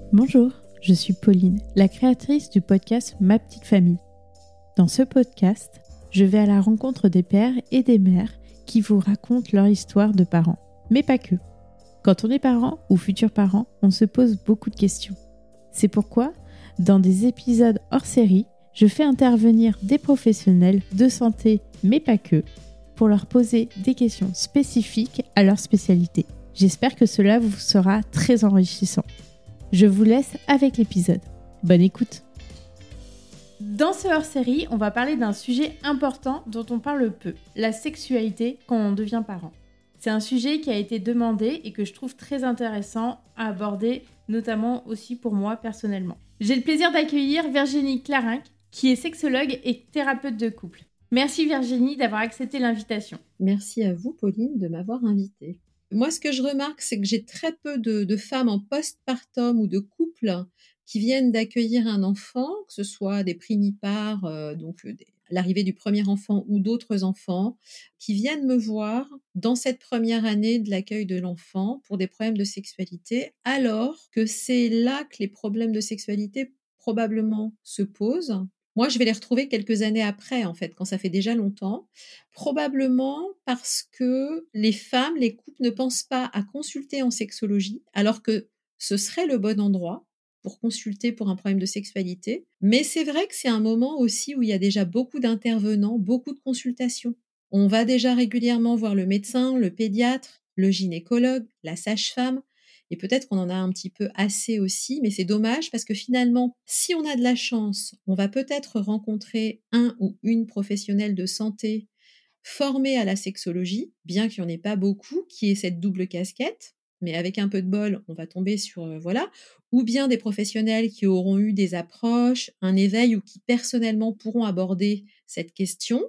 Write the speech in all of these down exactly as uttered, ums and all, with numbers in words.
Bonjour, je suis Pauline, la créatrice du podcast Ma Petite Famille. Dans ce podcast, je vais à la rencontre des pères et des mères qui vous racontent leur histoire de parents, mais pas que. Quand on est parent ou futur parent, on se pose beaucoup de questions. C'est pourquoi, dans des épisodes hors série, je fais intervenir des professionnels de santé, mais pas que, pour leur poser des questions spécifiques à leur spécialité. J'espère que cela vous sera très enrichissant. Je vous laisse avec l'épisode. Bonne écoute. Dans ce hors-série, on va parler d'un sujet important dont on parle peu, la sexualité quand on devient parent. C'est un sujet qui a été demandé et que je trouve très intéressant à aborder, notamment aussi pour moi personnellement. J'ai le plaisir d'accueillir Virginie Clarinck, qui est sexologue et thérapeute de couple. Merci Virginie d'avoir accepté l'invitation. Merci à vous, Pauline, de m'avoir invitée. Moi, ce que je remarque, c'est que j'ai très peu de, de femmes en postpartum ou de couples qui viennent d'accueillir un enfant, que ce soit des primipares, euh, donc euh, des- l'arrivée du premier enfant ou d'autres enfants, qui viennent me voir dans cette première année de l'accueil de l'enfant pour des problèmes de sexualité, alors que c'est là que les problèmes de sexualité probablement se posent. Moi, je vais les retrouver quelques années après, en fait, quand ça fait déjà longtemps. Probablement parce que les femmes, les couples ne pensent pas à consulter en sexologie, alors que ce serait le bon endroit pour consulter pour un problème de sexualité. Mais c'est vrai que c'est un moment aussi où il y a déjà beaucoup d'intervenants, beaucoup de consultations. On va déjà régulièrement voir le médecin, le pédiatre, le gynécologue, la sage-femme. Et peut-être qu'on en a un petit peu assez aussi, mais c'est dommage parce que finalement, si on a de la chance, on va peut-être rencontrer un ou une professionnelle de santé formés à la sexologie, bien qu'il n'y en ait pas beaucoup, qui aient cette double casquette, mais avec un peu de bol, on va tomber sur, euh, voilà, ou bien des professionnels qui auront eu des approches, un éveil ou qui personnellement pourront aborder cette question.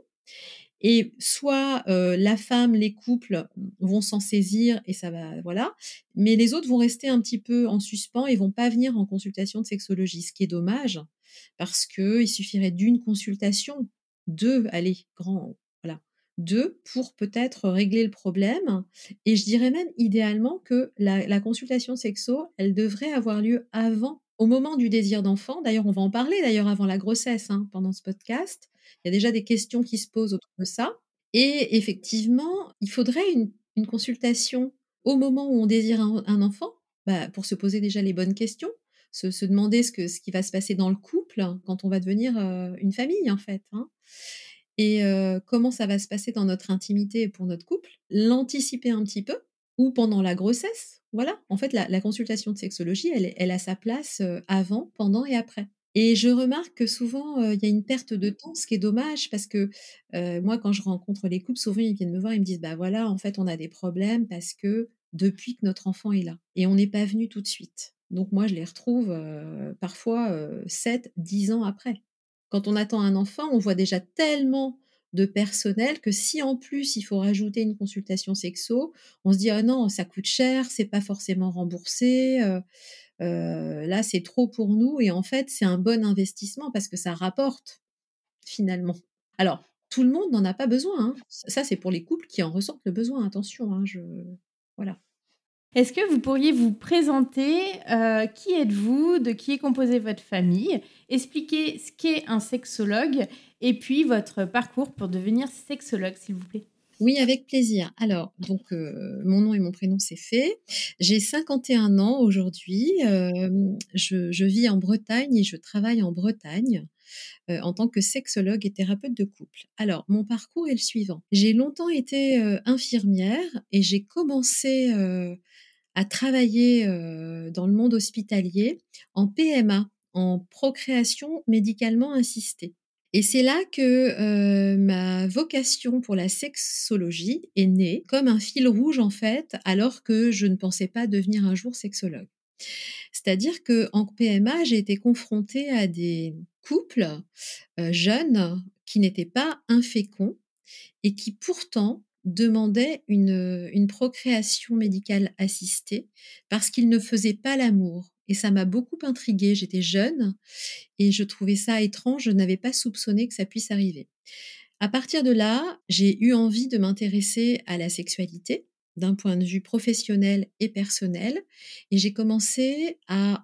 Et soit euh, la femme, les couples vont s'en saisir et ça va, voilà, mais les autres vont rester un petit peu en suspens et vont pas venir en consultation de sexologie, ce qui est dommage parce que il suffirait d'une consultation, deux, allez, grand, voilà, deux pour peut-être régler le problème. Et je dirais même idéalement que la, la consultation sexo, elle devrait avoir lieu avant, au moment du désir d'enfant. D'ailleurs, on va en parler d'ailleurs avant la grossesse, hein, pendant ce podcast. Il y a déjà des questions qui se posent autour de ça. Et effectivement, il faudrait une, une consultation au moment où on désire un, un enfant, bah, pour se poser déjà les bonnes questions, se, se demander ce, que, ce qui va se passer dans le couple quand on va devenir euh, une famille, en fait. Hein. Et euh, comment ça va se passer dans notre intimité pour notre couple, l'anticiper un petit peu, ou pendant la grossesse. Voilà, en fait, la, la consultation de sexologie, elle, elle a sa place euh, avant, pendant et après. Et je remarque que souvent, heu, il y a une perte de temps, ce qui est dommage parce que, heu, moi, quand je rencontre les couples, souvent, ils viennent me voir, ils me disent: «Bah, voilà, en fait, on a des problèmes parce que depuis que notre enfant est là et on n'est pas venu tout de suite». Donc moi, je les retrouve, heu, parfois, heu, sept dix ans après. Quand on attend un enfant, on voit déjà tellement de personnel que si, en plus, il faut rajouter une consultation sexo, on se dit: «Ah non, ça coûte cher, c'est pas forcément remboursé, heu» Heu, là, c'est trop pour nous et en fait, c'est un bon investissement parce que ça rapporte finalement. Alors, tout le monde n'en a pas besoin, hein. Ça, c'est pour les couples qui en ressentent le besoin, attention, hein, je voilà. Est-ce que vous pourriez vous présenter, euh, qui êtes-vous, de qui est composée votre famille, expliquer ce qu'est un sexologue et puis votre parcours pour devenir sexologue, s'il vous plaît? Oui, avec plaisir. Alors, donc, heu, mon nom et mon prénom, c'est Fay. J'ai cinquante et un ans aujourd'hui, hem, je je vis en Bretagne et je travaille en Bretagne, heu, en tant que sexologue et thérapeute de couple. Alors, mon parcours est le suivant: j'ai longtemps été, heu, infirmière et j'ai commencé, heu, à travailler, heu, dans le monde hospitalier en P M A, en procréation médicalement assistée. Et c'est là que, heu, ma vocation pour la sexologie est née, comme un fil rouge en fait, alors que je ne pensais pas devenir un jour sexologue. C'est-à-dire qu'en P M A, j'ai été confrontée à des couples, heu, jeunes qui n'étaient pas inféconds et qui pourtant demandaient une, une procréation médicale assistée parce qu'ils ne faisaient pas l'amour. Et ça m'a beaucoup intriguée. J'étais jeune et je trouvais ça étrange. Je n'avais pas soupçonné que ça puisse arriver. À partir de là, j'ai eu envie de m'intéresser à la sexualité d'un point de vue professionnel et personnel. Et j'ai commencé à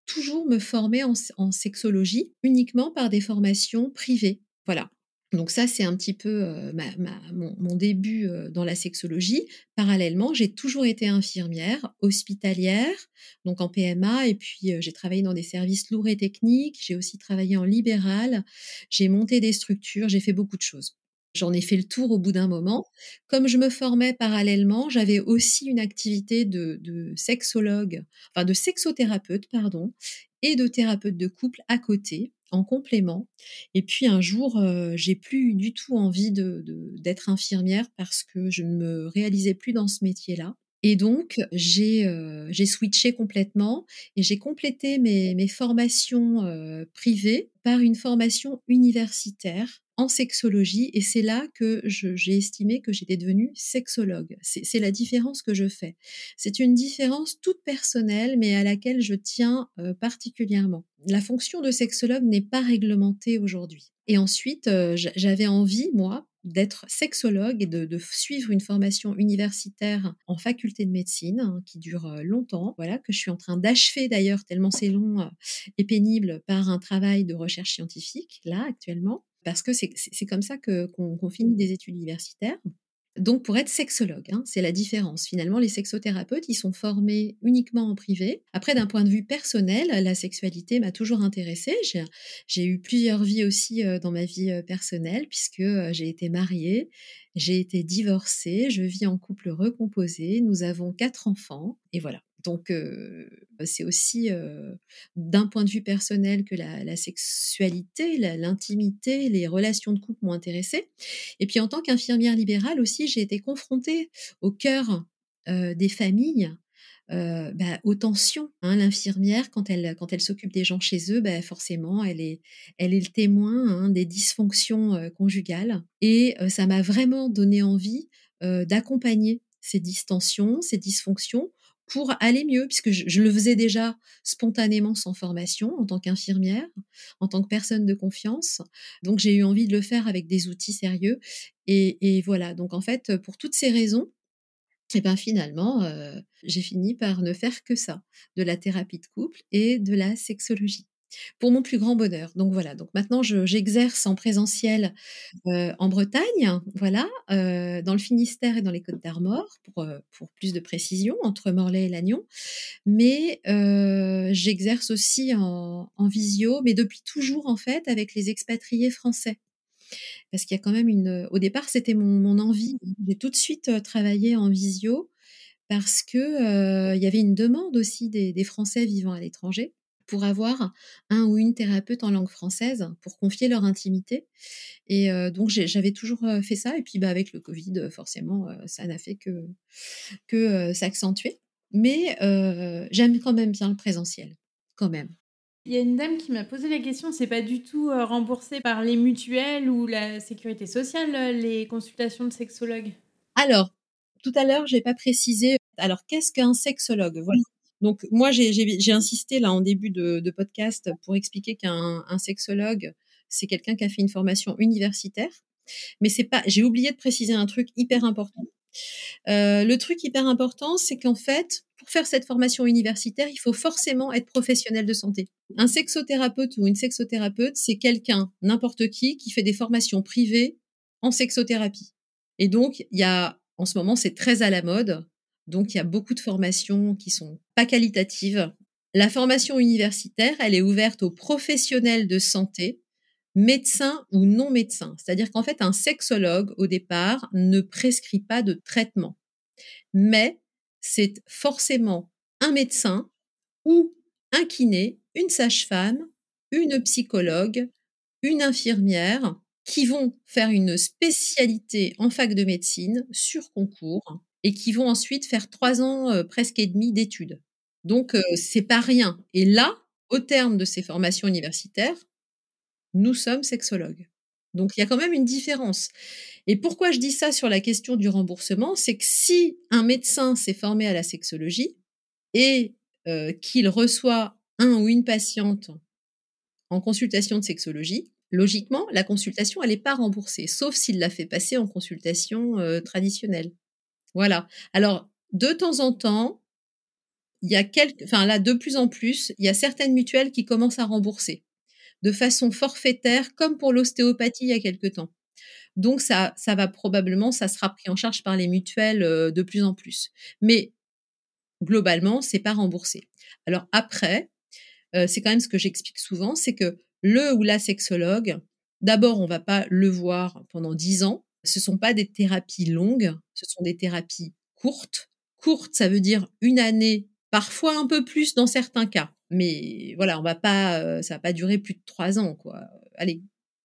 toujours me former en s en sexologie uniquement par des formations privées. Voilà. Donc ça, c'est un petit peu, heu, ma ma mon mon début, heu, dans la sexologie. Parallèlement, j'ai toujours été infirmière hospitalière, donc en P M A et puis, heu, j'ai travaillé dans des services lourds et techniques. J'ai aussi travaillé en libéral. J'ai monté des structures, j'ai fait beaucoup de choses. J'en ai fait le tour au bout d'un moment. Comme je me formais parallèlement, j'avais aussi une activité de de sexologue, enfin de sexothérapeute, pardon, et de thérapeute de couple à côté, en complément. Et puis un jour, heu, j'ai plus du tout envie de de d'être infirmière parce que je ne me réalisais plus dans ce métier-là. Et donc j'ai, heu, j'ai switché complètement et j'ai complété mes mes formations, heu, privées par une formation universitaire en sexologie et c'est là que je j'ai estimé que j'étais devenue sexologue. C'est c'est la différence que je fais. C'est une différence toute personnelle, mais à laquelle je tiens, heu, particulièrement. La fonction de sexologue n'est pas réglementée aujourd'hui et ensuite, heu, j'a j'avais envie, moi, d'être sexologue et de de f suivre une formation universitaire en faculté de médecine, hein, qui dure, heu, longtemps, voilà, que je suis en train d'achever d'ailleurs tellement c'est long, heu, et pénible par un travail de recherche scientifique, là, actuellement, parce que c'est c'est c'est comme ça que qu'on qu'on finit des études universitaires. Donc pour être sexologue, hein, c'est la différence. Finalement, les sexothérapeutes, ils sont formés uniquement en privé. Après, d'un point de vue personnel, la sexualité m'a toujours intéressée. J'ai j'ai eu plusieurs vies aussi, heu, dans ma vie, heu, personnelle puisque, heu, j'ai été mariée, j'ai été divorcée, je vis en couple recomposé, nous avons quatre enfants et voilà. Donc heu, c'est aussi, heu, d'un point de vue personnel que la la sexualité, la l'intimité, les relations de couple m'ont intéressée et puis en tant qu'infirmière libérale aussi, j'ai été confrontée au cœur, heu, des familles, heu, bah, aux tensions, hein. L'infirmière quand elle quand elle s'occupe des gens chez eux, bah, forcément elle est elle est le témoin, hein, des dysfonctions, heu, conjugales et heu, ça m'a vraiment donné envie, heu, d'accompagner ces distensions, ces dysfonctions pour aller mieux puisque je je le faisais déjà spontanément sans formation en tant qu'infirmière, en tant que personne de confiance. Donc j'ai eu envie de le faire avec des outils sérieux et et voilà. Donc en fait, pour toutes ces raisons et ben, finalement, heu, j'ai fini par ne faire que ça, de la thérapie de couple et de la sexologie, pour mon plus grand bonheur. Donc voilà, donc maintenant je j'exerce en présentiel, heu, en Bretagne, voilà, heu, dans le Finistère et dans les Côtes-d'Armor pour, heu, pour plus de précision, entre Morlaix et Lannion. Mais heu, j'exerce aussi en en visio, mais depuis toujours en fait avec les expatriés français. Parce qu'il y a quand même une, au départ, c'était mon mon envie. J'ai tout de suite, heu, travaillé en visio parce que, heu, il y avait une demande aussi des des Français vivant à l'étranger pour avoir un ou une thérapeute en langue française pour confier leur intimité et heu, donc j'ai j'avais toujours, heu, fait ça et puis, bah, avec le covid, heu, forcément, heu, ça n'a fait que que, heu, s'accentuer. Mais heu, j'aime quand même bien le présentiel, quand même. Il y a une dame qui m'a posé la question, c'est pas du tout, heu, remboursé par les mutuelles ou la sécurité sociale, heu, les consultations de sexologue? Alors, tout à l'heure, j'ai pas précisé. Alors, qu'est-ce qu'un sexologue? Voilà. Donc moi, j'ai j'ai j'ai insisté là en début de de podcast pour expliquer qu'un un sexologue, c'est quelqu'un qui a fait une formation universitaire, mais c'est pas j'ai oublié de préciser un truc hyper important. Heu, le truc hyper important, c'est qu'en fait, pour faire cette formation universitaire, il faut forcément être professionnel de santé. Un sexothérapeute ou une sexothérapeute, c'est quelqu'un, n'importe qui, qui fait des formations privées en sexothérapie. Et donc, il y a, en ce moment, c'est très à la mode. Donc, il y a beaucoup de formations qui sont pas qualitatives. La formation universitaire, elle est ouverte aux professionnels de santé, médecins ou non médecins. C'est-à-dire qu'en fait, un sexologue, au départ, ne prescrit pas de traitement. Mais c'est forcément un médecin ou un kiné, une sage-femme, une psychologue, une infirmière qui vont faire une spécialité en fac de médecine sur concours et qui vont ensuite faire trois ans, heu, presque et demi d'études. Donc heu, c'est pas rien et là, au terme de ces formations universitaires, nous sommes sexologues. Donc il y a quand même une différence et pourquoi je dis ça sur la question du remboursement? C'est que si un médecin s'est formé à la sexologie et heu, qu'il reçoit un ou une patiente en consultation de sexologie, logiquement, la consultation, elle est pas remboursée, sauf s'il l'a fait passer en consultation, heu, traditionnelle. Voilà. Alors, de temps en temps, Il y a quelques enfin là, de plus en plus, il y a certaines mutuelles qui commencent à rembourser, de façon forfaitaire, comme pour l'ostéopathie il y a quelque temps. Donc ça ça va probablement ça sera pris en charge par les mutuelles, heu, de plus en plus. Mais globalement, c'est pas remboursé. Alors après, heu, c'est quand même ce que j'explique souvent, c'est que le ou la sexologue, d'abord, on va pas le voir pendant dix ans. Ce sont pas des thérapies longues, ce sont des thérapies courtes. Courtes, ça veut dire une année, parfois un peu plus dans certains cas. Mais voilà, on va pas, heu, ça va pas durer plus de trois ans, quoi. Allez,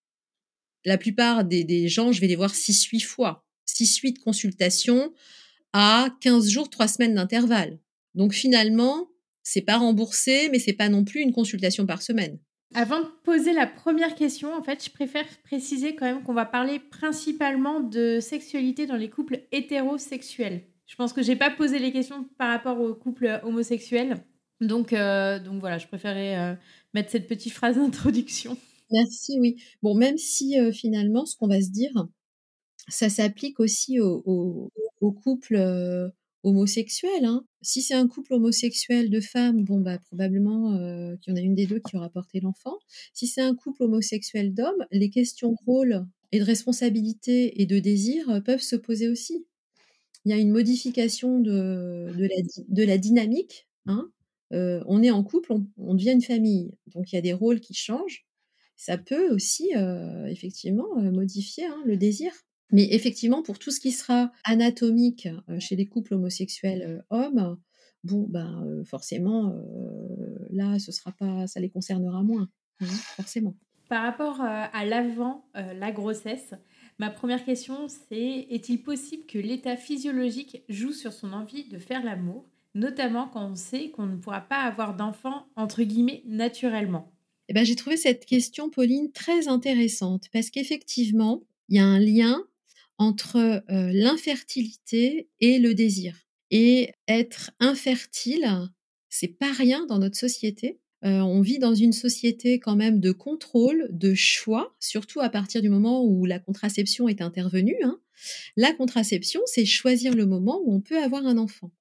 la plupart des des gens, je vais les voir six huit fois. six huit consultations à quinze jours, trois semaines d'intervalle. Donc finalement, c'est pas remboursé, mais c'est pas non plus une consultation par semaine. Avant de poser la première question, en fait, je préfère préciser quand même qu'on va parler principalement de sexualité dans les couples hétérosexuels. Je pense que j'ai pas posé les questions par rapport aux couples homosexuels. Donc, heu, donc voilà, je préférais, heu, mettre cette petite phrase d'introduction. Merci, oui. Bon, même si, heu, finalement, ce qu'on va se dire, ça s'applique aussi aux aux aux couples, heu, homosexuels, hein. Si c'est un couple homosexuel de femmes, bon, bah, probablement, heu, qu'il y en a une des deux qui aura porté l'enfant. Si c'est un couple homosexuel d'hommes, les questions de rôle et de responsabilité et de désir, heu, peuvent se poser aussi. Il y a une modification de de la dy de la dynamique, hein. Heu, on est en couple, on on devient une famille, donc il y a des rôles qui changent. Ça peut aussi, heu, effectivement, heu, modifier, hein, le désir. Mais effectivement, pour tout ce qui sera anatomique, heu, chez les couples homosexuels, heu, hommes, bon, ben, heu, forcément, heu, là, ce sera pas ça les concernera moins, hein, forcément. Par rapport, heu, à l'avant, heu, la grossesse, ma première question, c'est: est-il possible que l'état physiologique joue sur son envie de faire l'amour, notamment quand on sait qu'on ne pourra pas avoir d'enfant, entre guillemets, «naturellement»? Eh ben, j'ai trouvé cette question, Pauline, très intéressante parce qu'effectivement, il y a un lien entre, heu, l'infertilité et le désir et être infertile, c'est pas rien dans notre société. Heu, on vit dans une société quand même de contrôle, de choix, surtout à partir du moment où la contraception est intervenue, hein. La contraception, c'est choisir le moment où on peut avoir un enfant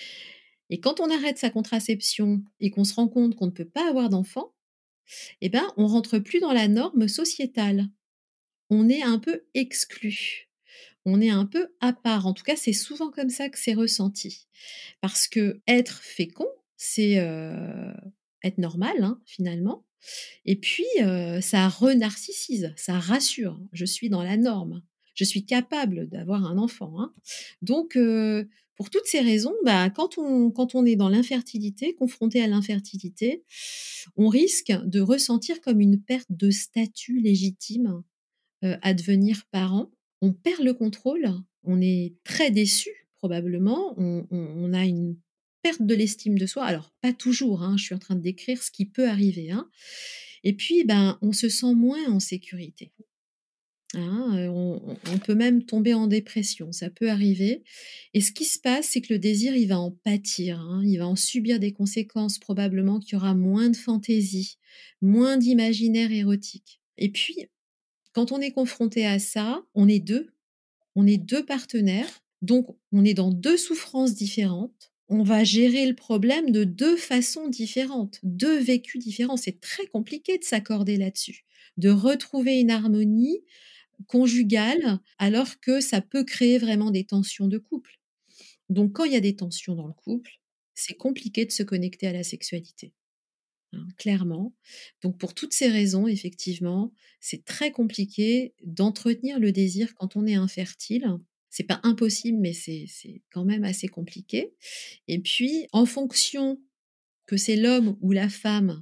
et quand on arrête sa contraception et qu'on se rend compte qu'on ne peut pas avoir d'enfant, eh ben, on rentre plus dans la norme sociétale. On est un peu exclu. On est un peu à part. En tout cas, c'est souvent comme ça que c'est ressenti. Parce que être fécond, c'est, heu, être normal, hein, finalement. Et puis, heu, ça renarcissise, ça rassure. Je suis dans la norme. Je suis capable d'avoir un enfant, hein. Donc, heu, pour toutes ces raisons, bah, quand on quand on est dans l'infertilité, confronté à l'infertilité, on risque de ressentir comme une perte de statut légitime, heu, à devenir parent. On perd le contrôle, on est très déçu probablement, on on on a une perte de l'estime de soi. Alors pas toujours, hein, je suis en train de décrire ce qui peut arriver, hein. Et puis, ben, on se sent moins en sécurité, hein, heu, on on on peut même tomber en dépression, ça peut arriver et ce qui se passe, c'est que le désir, il va en pâtir, hein, il va en subir des conséquences, probablement qu'il y aura moins de fantaisie, moins d'imaginaire érotique et puis, quand on est confronté à ça, on est deux. On est deux partenaires, donc on est dans deux souffrances différentes. On va gérer le problème de deux façons différentes, deux vécus différents. C'est très compliqué de s'accorder là-dessus, de retrouver une harmonie conjugale, alors que ça peut créer vraiment des tensions de couple. Donc quand il y a des tensions dans le couple, c'est compliqué de se connecter à la sexualité, hein, clairement. Donc pour toutes ces raisons, effectivement, c'est très compliqué d'entretenir le désir quand on est infertile. C'est pas impossible, mais c'est c'est quand même assez compliqué. Et puis, en fonction que c'est l'homme ou la femme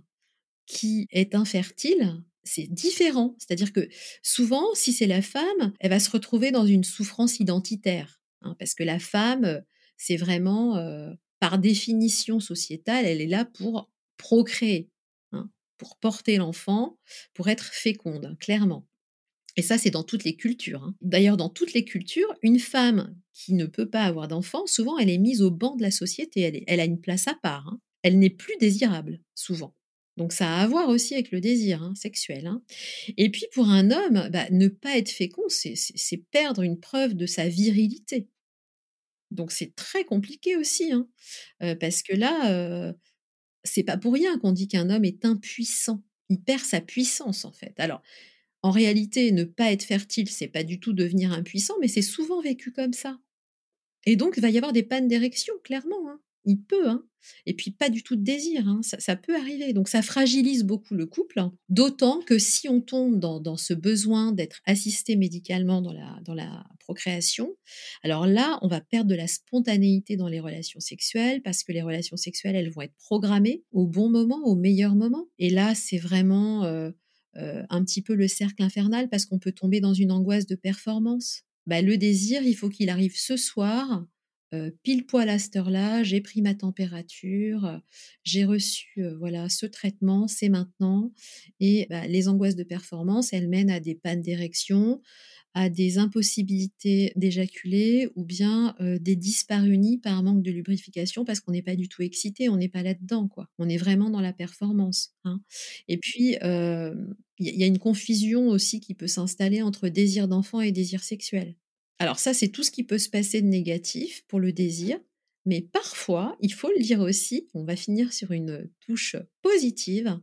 qui est infertile, c'est différent. C'est-à-dire que souvent, si c'est la femme, elle va se retrouver dans une souffrance identitaire, hein, parce que la femme, heu, c'est vraiment, heu, par définition sociétale, elle est là pour procréer, hein, pour porter l'enfant, pour être féconde, hein, clairement. Et ça, c'est dans toutes les cultures, hein. D'ailleurs, dans toutes les cultures, une femme qui ne peut pas avoir d'enfant, souvent, elle est mise au banc de la société. Elle est elle a une place à part, hein. Elle n'est plus désirable, souvent. Donc ça a à voir aussi avec le désir, hein, sexuel, hein. Et puis pour un homme, bah, ne pas être fécond, c'est c'est c'est perdre une preuve de sa virilité. Donc c'est très compliqué aussi, hein, heu, parce que là, heu, c'est pas pour rien qu'on dit qu'un homme est impuissant. Il perd sa puissance, en fait. Alors, en réalité, ne pas être fertile, c'est pas du tout devenir impuissant, mais c'est souvent vécu comme ça. Et donc, il va y avoir des pannes d'érection, clairement, hein. Il peut, hein. Et puis pas du tout de désir, hein. Ça ça peut arriver. Donc ça fragilise beaucoup le couple, hein. D'autant que si on tombe dans dans ce besoin d'être assisté médicalement dans la dans la procréation, alors là, on va perdre de la spontanéité dans les relations sexuelles parce que les relations sexuelles, elles vont être programmées au bon moment, au meilleur moment. Et là, c'est vraiment, heu heu, un petit peu le cercle infernal parce qu'on peut tomber dans une angoisse de performance. Bah, le désir, il faut qu'il arrive ce soir, heu, pile poil à cette heure-là, j'ai pris ma température, heu, j'ai reçu, heu, voilà, ce traitement, c'est maintenant. Et bah, les angoisses de performance, elles mènent à des pannes d'érection, à des impossibilités d'éjaculer ou bien, heu, des dyspareunies par manque de lubrification parce qu'on n'est pas du tout excité, on n'est pas là-dedans, quoi. On est vraiment dans la performance, hein. Et puis, hem, il y a il y a une confusion aussi qui peut s'installer entre désir d'enfant et désir sexuel. Alors ça, c'est tout ce qui peut se passer de négatif pour le désir, mais parfois, il faut le dire aussi, on va finir sur une touche positive.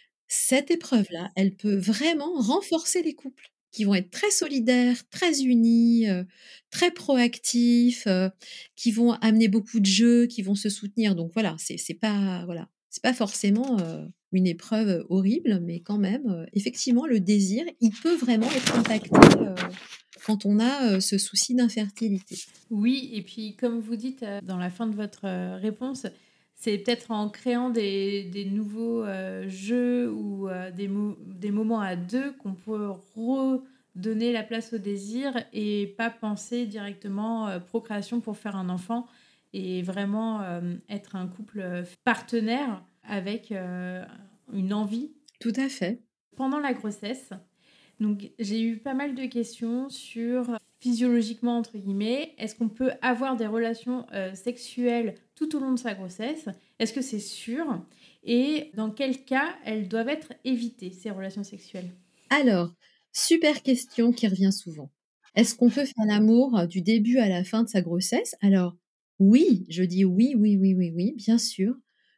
Cette épreuve-là, elle peut vraiment renforcer les couples qui vont être très solidaires, très unis, heu, très proactifs, heu, qui vont amener beaucoup de jeux, qui vont se soutenir. Donc voilà, c'est c'est pas voilà, c'est pas forcément, heu, une épreuve, horrible, mais quand même, heu, effectivement, le désir, il peut vraiment être impacté, heu, quand on a, heu, ce souci d'infertilité. Oui, et puis comme vous dites, heu, dans la fin de votre, heu, réponse, c'est peut-être en créant des des nouveaux, heu, jeux ou, heu, des mo des moments à deux qu'on peut redonner la place au désir et pas penser directement, heu, procréation pour faire un enfant et vraiment, hem, être un couple, heu, partenaire avec, heu, une envie. Tout à fait. Pendant la grossesse, donc, j'ai eu pas mal de questions sur euh, physiologiquement, entre guillemets, est-ce qu'on peut avoir des relations euh, sexuelles tout au long de sa grossesse? Est-ce que c'est sûr? Et dans quel cas elles doivent être évitées, ces relations sexuelles? Alors, super question qui revient souvent. Est-ce qu'on peut faire l'amour, heu, du début à la fin de sa grossesse? Alors oui, je dis oui, oui, oui, oui, oui, bien sûr,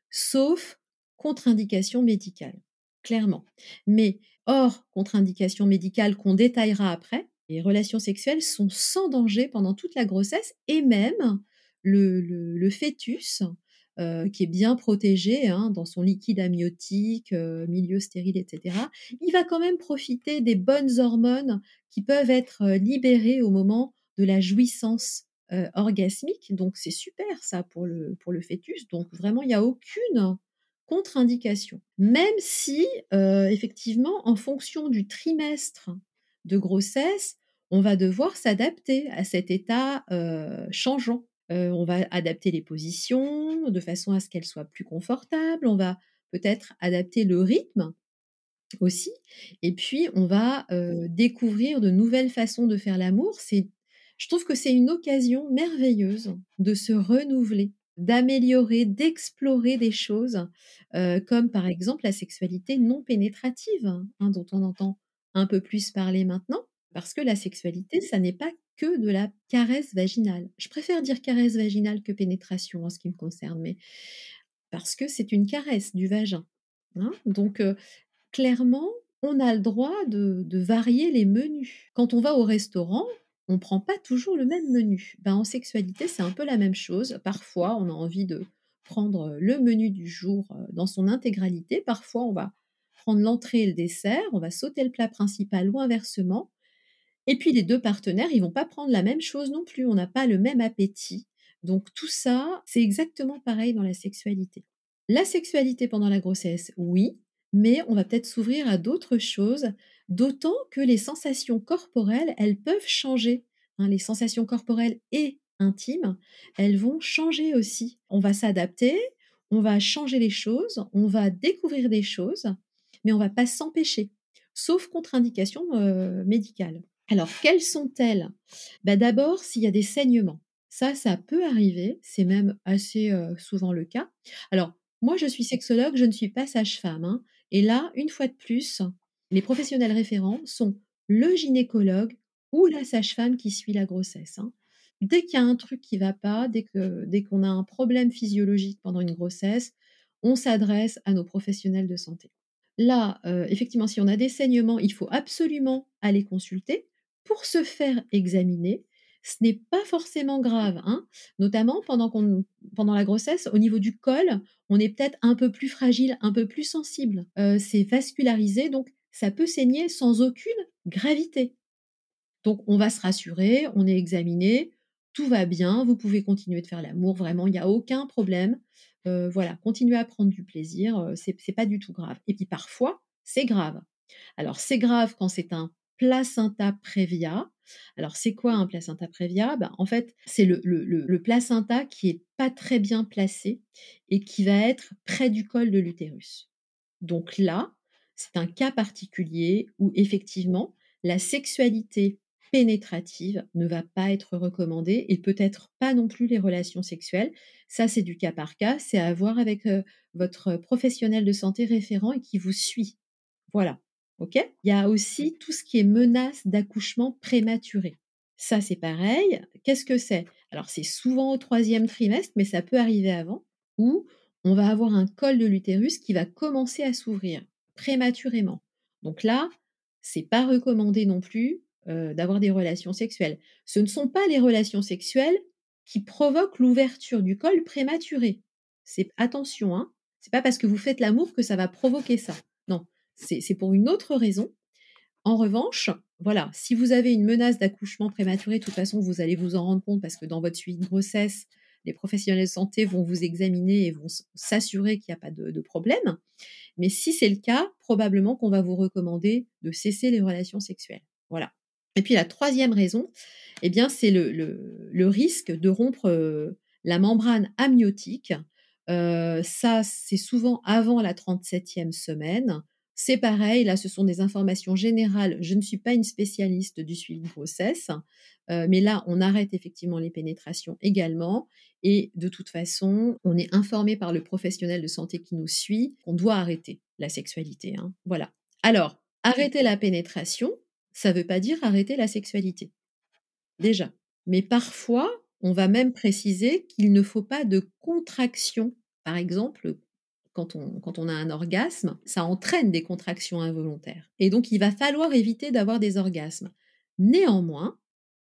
sauf contre-indication médicale, clairement. Mais hors contre-indication médicale qu'on détaillera après, les relations sexuelles sont sans danger pendant toute la grossesse et même le le le fœtus, heu, qui est bien protégé, hein, dans son liquide amniotique, heu, milieu stérile et cetera, il va quand même profiter des bonnes hormones qui peuvent être, heu, libérées au moment de la jouissance, heu, orgasmique. Donc c'est super ça pour le pour le fœtus. Donc vraiment, il n'y a aucune contre-indication. Même si, heu, effectivement, en fonction du trimestre de grossesse, on va devoir s'adapter à cet état, heu, changeant. Heu, on va adapter les positions de façon à ce qu'elles soient plus confortables. On va peut-être adapter le rythme aussi. Et puis on va, heu, découvrir de nouvelles façons de faire l'amour. C'est Je trouve que c'est une occasion merveilleuse de se renouveler, d'améliorer, d'explorer des choses, heu, comme par exemple la sexualité non pénétrative, hein, dont on entend un peu plus parler maintenant. Parce que la sexualité, ça n'est pas que de la caresse vaginale. Je préfère dire caresse vaginale que pénétration en ce qui me concerne, mais parce que c'est une caresse du vagin, hein. Donc heu, clairement, on a le droit de de varier les menus. Quand on va au restaurant, on prend pas toujours le même menu. Ben, en sexualité, c'est un peu la même chose. Parfois, on a envie de prendre, le menu du jour, heu, dans son intégralité. Parfois, on va prendre l'entrée et le dessert, on va sauter le plat principal ou inversement. Et puis les deux partenaires, ils vont pas prendre la même chose non plus. On n'a pas le même appétit. Donc tout ça, c'est exactement pareil dans la sexualité. La sexualité pendant la grossesse, oui, mais on va peut-être s'ouvrir à d'autres choses, d'autant que les sensations corporelles, elles peuvent changer, hein. Les sensations corporelles et intimes, elles vont changer aussi. On va s'adapter, on va changer les choses, on va découvrir des choses, mais on va pas s'empêcher, sauf contre-indication, heu, médicale. Alors, quelles sont-elles? Bah, d'abord, s'il y a des saignements. Ça, ça peut arriver, c'est même assez, heu, souvent le cas. Alors, moi, je suis sexologue, je ne suis pas sage-femme, hein, et là, une fois de plus, les professionnels référents sont le gynécologue ou la sage-femme qui suit la grossesse, hein. Dès qu'il y a un truc qui va pas, dès que dès qu'on a un problème physiologique pendant une grossesse, on s'adresse à nos professionnels de santé. Là, heu, effectivement, si on a des saignements, il faut absolument aller consulter pour se faire examiner. Ce n'est pas forcément grave, hein, notamment pendant qu'on pendant la grossesse, au niveau du col, on est peut-être un peu plus fragile, un peu plus sensible. Heu, c'est vascularisé, donc ça peut saigner sans aucune gravité. Donc on va se rassurer, on est examiné, tout va bien, vous pouvez continuer de faire l'amour, vraiment, il y a aucun problème. Heu, voilà, continuez à prendre du plaisir, heu, c'est c'est pas du tout grave. Et puis parfois, c'est grave. Alors c'est grave quand c'est un placenta prévia. Alors c'est quoi un placenta prévia? Ben, en fait, c'est le le le le placenta qui est pas très bien placé et qui va être près du col de l'utérus. Donc là, c'est un cas particulier où effectivement, la sexualité pénétrative ne va pas être recommandée et peut-être pas non plus les relations sexuelles. Ça, c'est du cas par cas, c'est à voir avec, heu, votre professionnel de santé référent et qui vous suit. Voilà, OK? Il y a aussi tout ce qui est menace d'accouchement prématuré. Ça, c'est pareil. Qu'est-ce que c'est? Alors, c'est souvent au troisième trimestre, mais ça peut arriver avant, où on va avoir un col de l'utérus qui va commencer à s'ouvrir prématurément. Donc là, c'est pas recommandé non plus, heu, d'avoir des relations sexuelles. Ce ne sont pas les relations sexuelles qui provoquent l'ouverture du col prématuré. C'est attention, hein, c'est pas parce que vous faites l'amour que ça va provoquer ça. Non, c'est c'est pour une autre raison. En revanche, voilà, si vous avez une menace d'accouchement prématuré, de toute façon, vous allez vous en rendre compte parce que dans votre suivi de grossesse, les professionnels de santé vont vous examiner et vont s s'assurer qu'il y a pas de de problème. Mais si c'est le cas, probablement qu'on va vous recommander de cesser les relations sexuelles. Voilà. Et puis la troisième raison, eh bien, c'est le le le risque de rompre, heu, la membrane amniotique. Heu, ça, c'est souvent avant la trente-septième semaine. C'est pareil, là, ce sont des informations générales. Je ne suis pas une spécialiste du suivi de grossesse, heu, mais là, on arrête effectivement les pénétrations également et de toute façon, on est informé par le professionnel de santé qui nous suit qu'on doit arrêter la sexualité, hein. Voilà. Alors, arrêter la pénétration, ça veut pas dire arrêter la sexualité, déjà. Mais parfois, on va même préciser qu'il ne faut pas de contraction. Par exemple, quand on quand on a un orgasme, ça entraîne des contractions involontaires et donc il va falloir éviter d'avoir des orgasmes. Néanmoins,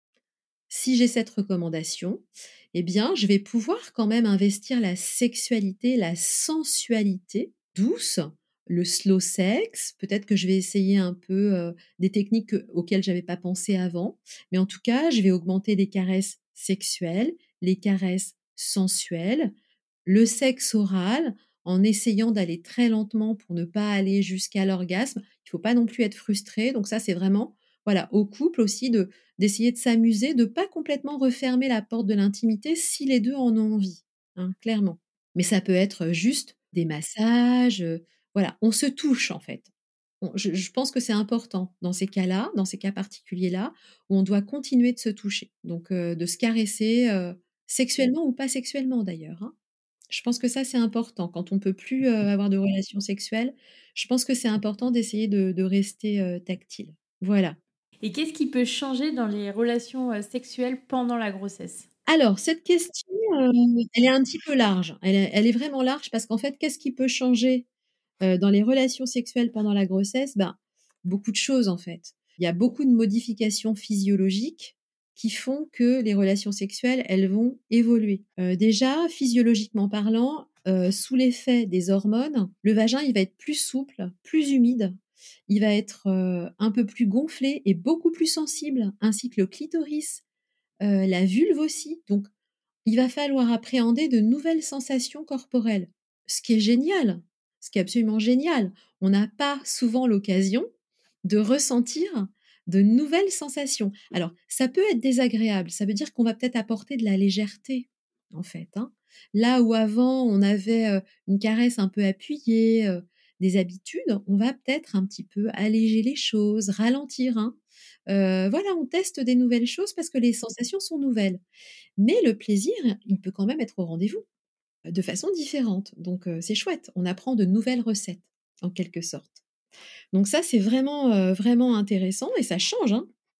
si j'ai cette recommandation, eh bien, je vais pouvoir quand même investir la sexualité, la sensualité douce, le slow sex. Peut-être que je vais essayer un peu, heu, des techniques que auxquelles j'avais pas pensé avant. Mais en tout cas, je vais augmenter les caresses sexuelles, les caresses sensuelles, le sexe oral, en essayant d'aller très lentement pour ne pas aller jusqu'à l'orgasme. Il faut pas non plus être frustré. Donc ça, c'est vraiment, voilà, au couple aussi de d'essayer de s'amuser, de pas complètement refermer la porte de l'intimité si les deux en ont envie, hein, clairement. Mais ça peut être juste des massages, heu, voilà, on se touche en fait. On je je pense que c'est important dans ces cas-là, dans ces cas particuliers-là, où on doit continuer de se toucher. Donc heu, de se caresser, heu, sexuellement ou pas sexuellement d'ailleurs, hein. Je pense que ça, c'est important. Quand on peut plus, heu, avoir de relations sexuelles, je pense que c'est important d'essayer de de rester, heu, tactile. Voilà. Et qu'est-ce qui peut changer dans les relations, heu, sexuelles pendant la grossesse? Alors cette question, heu, elle est un petit peu large. Elle est elle est vraiment large parce qu'en fait, qu'est-ce qui peut changer, heu, dans les relations sexuelles pendant la grossesse? Ben, beaucoup de choses, en fait. Il y a beaucoup de modifications physiologiques qui font que les relations sexuelles, elles vont évoluer. Heu, déjà, physiologiquement parlant, heu, sous l'effet des hormones, le vagin, il va être plus souple, plus humide, il va être, heu, un peu plus gonflé et beaucoup plus sensible, ainsi que le clitoris, heu, la vulve aussi. Donc il va falloir appréhender de nouvelles sensations corporelles. Ce qui est génial, ce qui est absolument génial. On n'a pas souvent l'occasion de ressentir de nouvelles sensations. Alors, ça peut être désagréable, ça veut dire qu'on va peut-être apporter de la légèreté, en fait, hein. Là où avant on avait, heu, une caresse un peu appuyée, heu, des habitudes, on va peut-être un petit peu alléger les choses, ralentir, hein. Heu, voilà, on teste des nouvelles choses parce que les sensations sont nouvelles. Mais le plaisir, il peut quand même être au rendez-vous, de façon différente. Donc heu, c'est chouette, on apprend de nouvelles recettes, en quelque sorte. Donc ça, c'est vraiment, heu, vraiment intéressant et ça change, hein.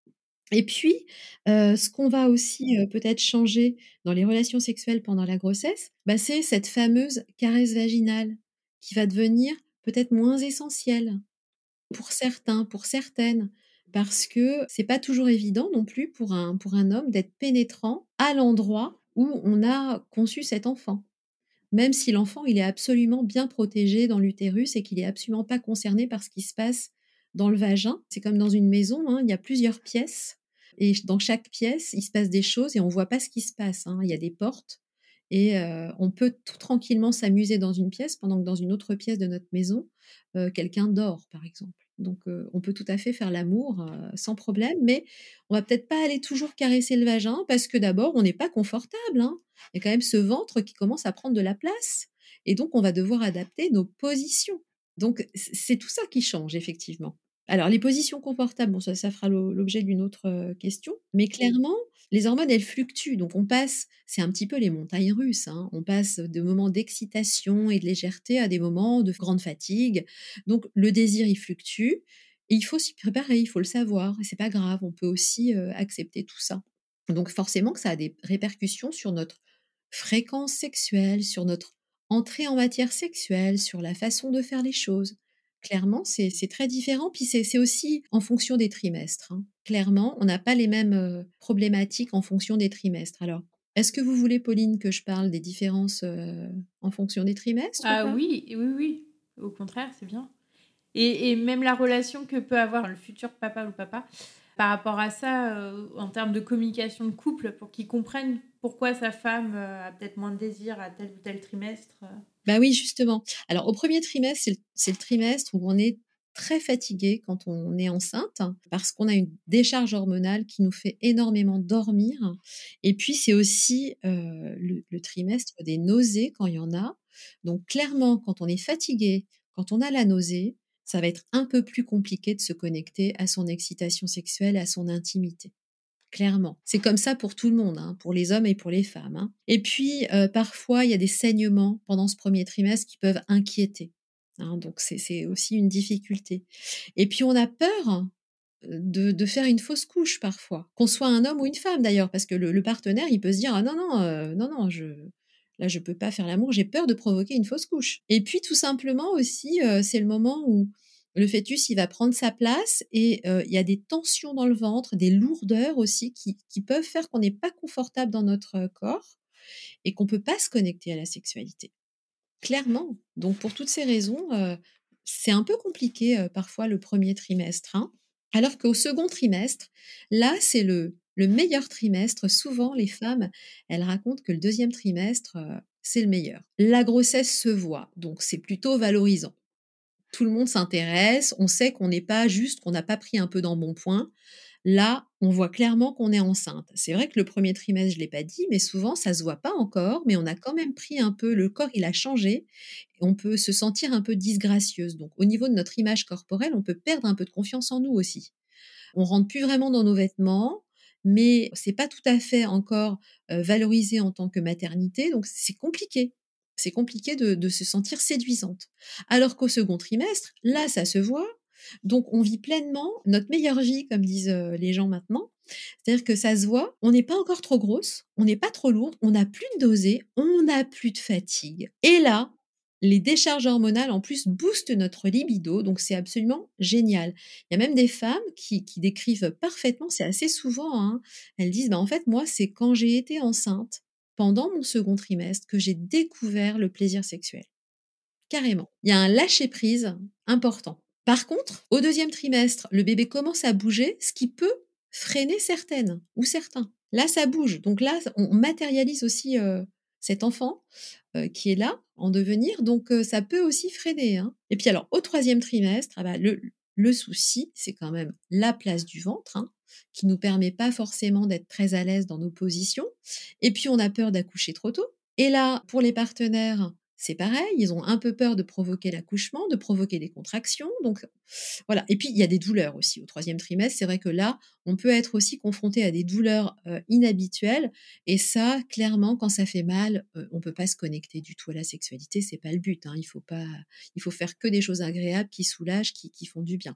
Et puis, heu, ce qu'on va aussi, heu, peut-être changer dans les relations sexuelles pendant la grossesse, bah, c'est cette fameuse caresse vaginale qui va devenir peut-être moins essentielle pour certains, pour certaines. Parce que c'est pas toujours évident non plus pour un pour un homme d'être pénétrant à l'endroit où on a conçu cet enfant. Même si l'enfant, il est absolument bien protégé dans l'utérus et qu'il est absolument pas concerné par ce qui se passe dans le vagin. C'est comme dans une maison, hein, il y a plusieurs pièces et ch dans chaque pièce, il se passe des choses et on voit pas ce qui se passe, hein. Il y a des portes et heu, on peut tout tranquillement s'amuser dans une pièce pendant que dans une autre pièce de notre maison, heu, quelqu'un dort, par exemple. Donc heu, on peut tout à fait faire l'amour, heu, sans problème, mais on va peut-être pas aller toujours caresser le vagin parce que d'abord, on n'est pas confortable, hein. Il y a quand même ce ventre qui commence à prendre de la place et donc on va devoir adapter nos positions. Donc c c'est tout ça qui change effectivement. Alors les positions confortables, bon ça ça fera l'o l'objet d'une autre, heu, question, mais clairement, les hormones elles fluctuent donc on passe c'est un petit peu les montagnes russes, hein. On passe de moments d'excitation et de légèreté à des moments de grande fatigue. Donc le désir il fluctue et il faut s'y préparer, il faut le savoir et c'est pas grave, on peut aussi, heu, accepter tout ça. Donc forcément que ça a des répercussions sur notre fréquence sexuelle, sur notre entrée en matière sexuelle, sur la façon de faire les choses. Clairement, c'est c'est très différent, puis c'est c'est aussi en fonction des trimestres, hein. Clairement, on n'a pas les mêmes, heu, problématiques en fonction des trimestres. Alors, est-ce que vous voulez, Pauline, que je parle des différences, heu, en fonction des trimestres ou Ah pas? oui, oui, oui, au contraire, c'est bien. Et et même la relation que peut avoir le futur papa ou papa par rapport à ça, heu, en termes de communication de couple pour qu'il comprenne pourquoi sa femme, heu, a peut-être moins de désir à tel ou tel trimestre, heu. Bah oui, justement. Alors au premier trimestre, c'est le c'est le trimestre où on est très fatigué quand on est enceinte, parce qu'on a une décharge hormonale qui nous fait énormément dormir et puis c'est aussi, heu, le le trimestre des nausées quand il y en a. Donc clairement, quand on est fatigué, quand on a la nausée, ça va être un peu plus compliqué de se connecter à son excitation sexuelle, à son intimité. Clairement. C'est comme ça pour tout le monde, hein, pour les hommes et pour les femmes, hein. Et puis, heu, parfois, il y a des saignements pendant ce premier trimestre qui peuvent inquiéter, hein, donc c'est c'est aussi une difficulté. Et puis on a peur, heu, de de faire une fausse couche parfois, qu'on soit un homme ou une femme d'ailleurs, parce que le le partenaire, il peut se dire: «Ah non, non, heu, non, non, je là, je peux pas faire l'amour, j'ai peur de provoquer une fausse couche». Et puis tout simplement aussi, heu, c'est le moment où le fœtus, il va prendre sa place et heu, il y a des tensions dans le ventre, des lourdeurs aussi qui qui peuvent faire qu'on n'est pas confortable dans notre, heu, corps et qu'on peut pas se connecter à la sexualité. Clairement. Donc pour toutes ces raisons, heu, c'est un peu compliqué, heu, parfois le premier trimestre, hein. Alors qu'au second trimestre, là, c'est le le meilleur trimestre. Souvent, les femmes, elles racontent que le deuxième trimestre, heu, c'est le meilleur. La grossesse se voit, donc c'est plutôt valorisant. Tout le monde s'intéresse, on sait qu'on n'est pas juste qu'on n'a pas pris un peu d'embonpoint. Là, on voit clairement qu'on est enceinte. C'est vrai que le premier trimestre, je l'ai pas dit, mais souvent ça se voit pas encore, mais on a quand même pris un peu le corps il a changé, et on peut se sentir un peu disgracieuse. Donc au niveau de notre image corporelle, on peut perdre un peu de confiance en nous aussi. On rentre plus vraiment dans nos vêtements, mais c'est pas tout à fait encore, heu, valorisé en tant que maternité, donc c'est compliqué. C'est compliqué de de se sentir séduisante. Alors qu'au second trimestre, là, ça se voit, donc on vit pleinement notre meilleure vie, comme disent, heu, les gens maintenant. C'est-à-dire que ça se voit, on n'est pas encore trop grosse, on n'est pas trop lourde, on n'a plus de nausées, on n'a plus de fatigue et là, les décharges hormonales, en plus, boostent notre libido, donc c'est absolument génial. Il y a même des femmes qui qui décrivent parfaitement, c'est assez souvent, hein, elles disent: «Bah, en fait, moi, c'est quand j'ai été enceinte, pendant mon second trimestre, que j'ai découvert le plaisir sexuel». Carrément. Il y a un lâcher prise important. Par contre, au deuxième trimestre, le bébé commence à bouger, ce qui peut freiner certaines ou certains. Là, ça bouge, donc là, on matérialise aussi, heu, cet enfant, heu, qui est là, en devenir, donc heu, ça peut aussi freiner, hein. Et puis alors, au troisième trimestre, ah bah, le le souci, c'est quand même la place du ventre, hein, qui nous permet pas forcément d'être très à l'aise dans nos positions. Et puis, on a peur d'accoucher trop tôt. Et là, pour les partenaires, c'est pareil, ils ont un peu peur de provoquer l'accouchement, de provoquer des contractions, donc voilà. Et puis, il y a des douleurs aussi au troisième trimestre. C'est vrai que là, on peut être aussi confronté à des douleurs, heu, inhabituelles et ça, clairement, quand ça fait mal, heu, on peut pas se connecter du tout à la sexualité, c'est pas le but, hein. Il faut pas il faut faire que des choses agréables qui soulagent, qui qui font du bien.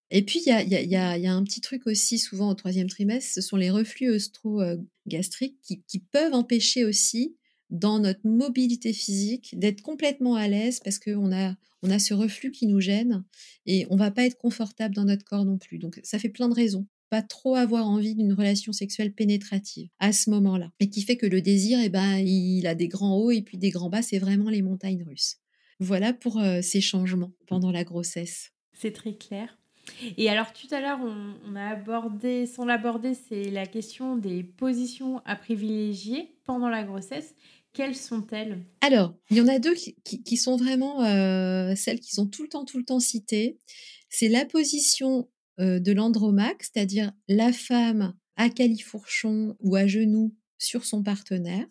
Et puis, il y a, y a- y a- y a un petit truc aussi, souvent au troisième trimestre, ce sont les reflux œstro-gastriques qui, qui peuvent empêcher aussi, dans notre mobilité physique, d'être complètement à l'aise parce qu'on a, on a ce reflux qui nous gêne et on va pas être confortable dans notre corps non plus. Donc, ça fait plein de raisons. Pas trop avoir envie d'une relation sexuelle pénétrative à ce moment-là. Et qui fait que le désir, eh ben, il a des grands hauts et puis des grands bas, c'est vraiment les montagnes russes. Voilà pour euh, ces changements pendant la grossesse. C'est très clair. Et alors tout à l'heure, on, on a abordé, sans l'aborder, c'est la question des positions à privilégier pendant la grossesse. Quelles sont-elles? Alors, il y en a deux qui, qui- qui sont vraiment euh, celles qui sont tout le temps, tout le temps citées. C'est la position euh, de l'andromaque, c'est-à-dire la femme à califourchon ou à genoux sur son partenaire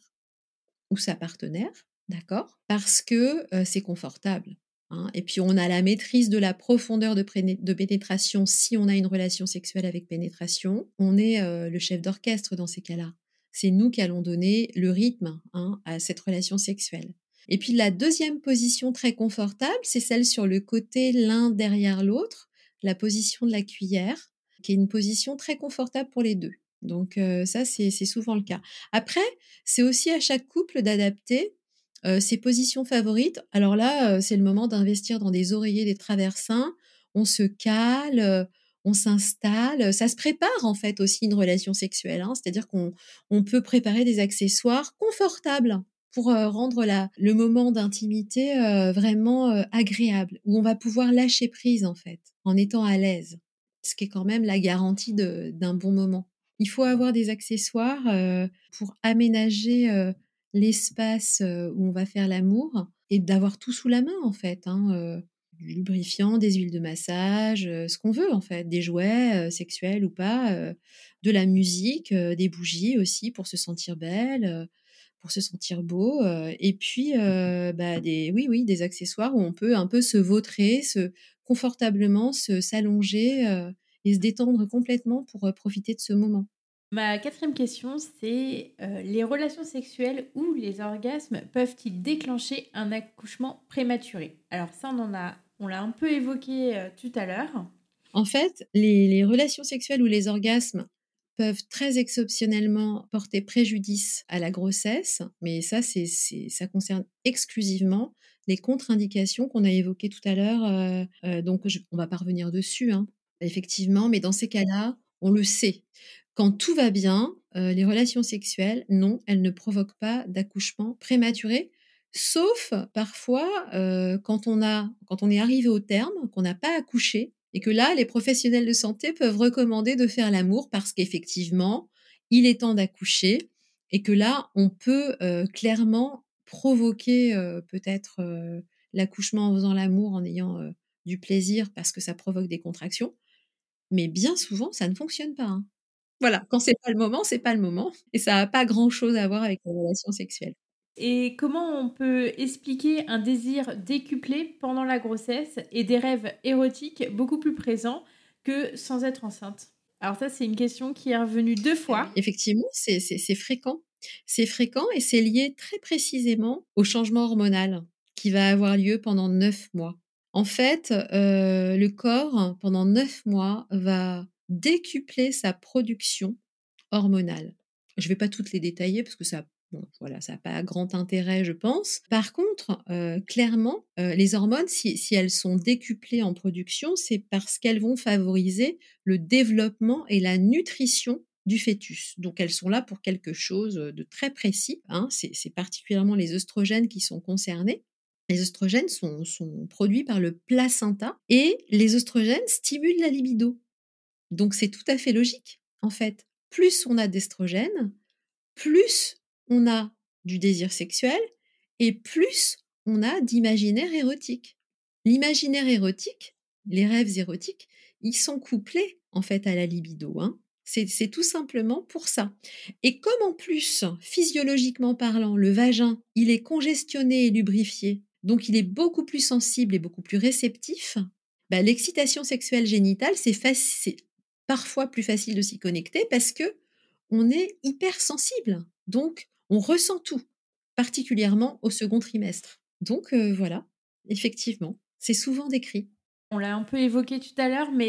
ou sa partenaire, d'accord? Parce que euh, c'est confortable, hein. Et puis on a la maîtrise de la profondeur de, préné- de pénétration si on a une relation sexuelle avec pénétration. On est euh, le chef d'orchestre dans ces cas-là. C'est nous qui allons donner le rythme, hein, à cette relation sexuelle. Et puis la deuxième position très confortable, c'est celle sur le côté l'un derrière l'autre, la position de la cuillère, qui est une position très confortable pour les deux. Donc euh, ça, c'est c'est souvent le cas. Après, c'est aussi à chaque couple d'adapter euh, ses positions favorites. Alors là, euh, c'est le moment d'investir dans des oreillers, des traversins. On se cale, euh, on s'installe. Ça se prépare en fait aussi une relation sexuelle, hein. C'est-à-dire qu'on on peut préparer des accessoires confortables pour euh, rendre la, le moment d'intimité euh, vraiment euh, agréable, où on va pouvoir lâcher prise en fait, en étant à l'aise, ce qui est quand même la garantie de- d'un bon moment. Il faut avoir des accessoires euh, pour aménager euh, l'espace euh, où on va faire l'amour et d'avoir tout sous la main en fait, hein, euh, du lubrifiant, des huiles de massage, euh, ce qu'on veut en fait, des jouets euh, sexuels ou pas, euh, de la musique, euh, des bougies aussi pour se sentir belle, euh, pour se sentir beau, euh, et puis euh, bah, des, oui oui, des accessoires où on peut un peu se vautrer, se confortablement se s'allonger euh, et se détendre complètement pour euh, profiter de ce moment. Ma quatrième question, c'est euh, les relations sexuelles ou les orgasmes peuvent-ils déclencher un accouchement prématuré? Alors ça, on en a, on l'a un peu évoqué euh, tout à l'heure. En fait, les, les relations sexuelles ou les orgasmes peuvent très exceptionnellement porter préjudice à la grossesse, mais ça, c'est, c'est, ça concerne exclusivement les contre-indications qu'on a évoquées tout à l'heure. Euh, euh, donc, je- on va pas revenir dessus, hein, effectivement, mais dans ces cas-là, on le sait. Quand tout va bien, euh, les relations sexuelles, non, elles ne provoquent pas d'accouchement prématuré, sauf parfois euh, quand on a, quand on est arrivé au terme, qu'on n'a pas accouché et que là, les professionnels de santé peuvent recommander de faire l'amour parce qu'effectivement, il est temps d'accoucher et que là, on peut euh, clairement provoquer euh, peut-être euh, l'accouchement en faisant l'amour, en ayant euh, du plaisir parce que ça provoque des contractions. Mais bien souvent, ça ne fonctionne pas, hein. Voilà, quand c'est pas le moment, c'est pas le moment et ça a pas grand-chose à voir avec les relations sexuelles. Et comment on peut expliquer un désir décuplé pendant la grossesse et des rêves érotiques beaucoup plus présents que sans être enceinte? Alors ça, c'est une question qui est revenue deux Ah fois. oui, effectivement, c'est c'est c'est fréquent. C'est fréquent et c'est lié très précisément au changement hormonal qui va avoir lieu pendant neuf mois. En fait, heu, le corps, pendant neuf mois, va décupler sa production hormonale. Je ne vais pas toutes les détailler parce que ça, bon, voilà, ça a pas grand intérêt, je pense. Par contre, heu, clairement, heu, les hormones, si si elles sont décuplées en production, c'est parce qu'elles vont favoriser le développement et la nutrition du fœtus. Donc elles sont là pour quelque chose de très précis, hein. C'est c'est particulièrement les œstrogènes qui sont concernés. Les œstrogènes sont sont produits par le placenta et les œstrogènes stimulent la libido. Donc c'est tout à fait logique, en fait. Plus on a d'estrogènes, plus on a du désir sexuel et plus on a d'imaginaire érotique. L'imaginaire érotique, les rêves érotiques, ils sont couplés en fait à la libido, hein. C'est c'est tout simplement pour ça. Et comme en plus, physiologiquement parlant, le vagin, il est congestionné et lubrifié, donc il est beaucoup plus sensible et beaucoup plus réceptif, bah, l'excitation sexuelle génitale, c'est faci- c'est parfois plus facile de s'y connecter parce que on est hypersensible. Donc, on ressent tout, particulièrement au second trimestre. Donc, heu, voilà, effectivement, c'est souvent décrit. On l'a un peu évoqué tout à l'heure, mais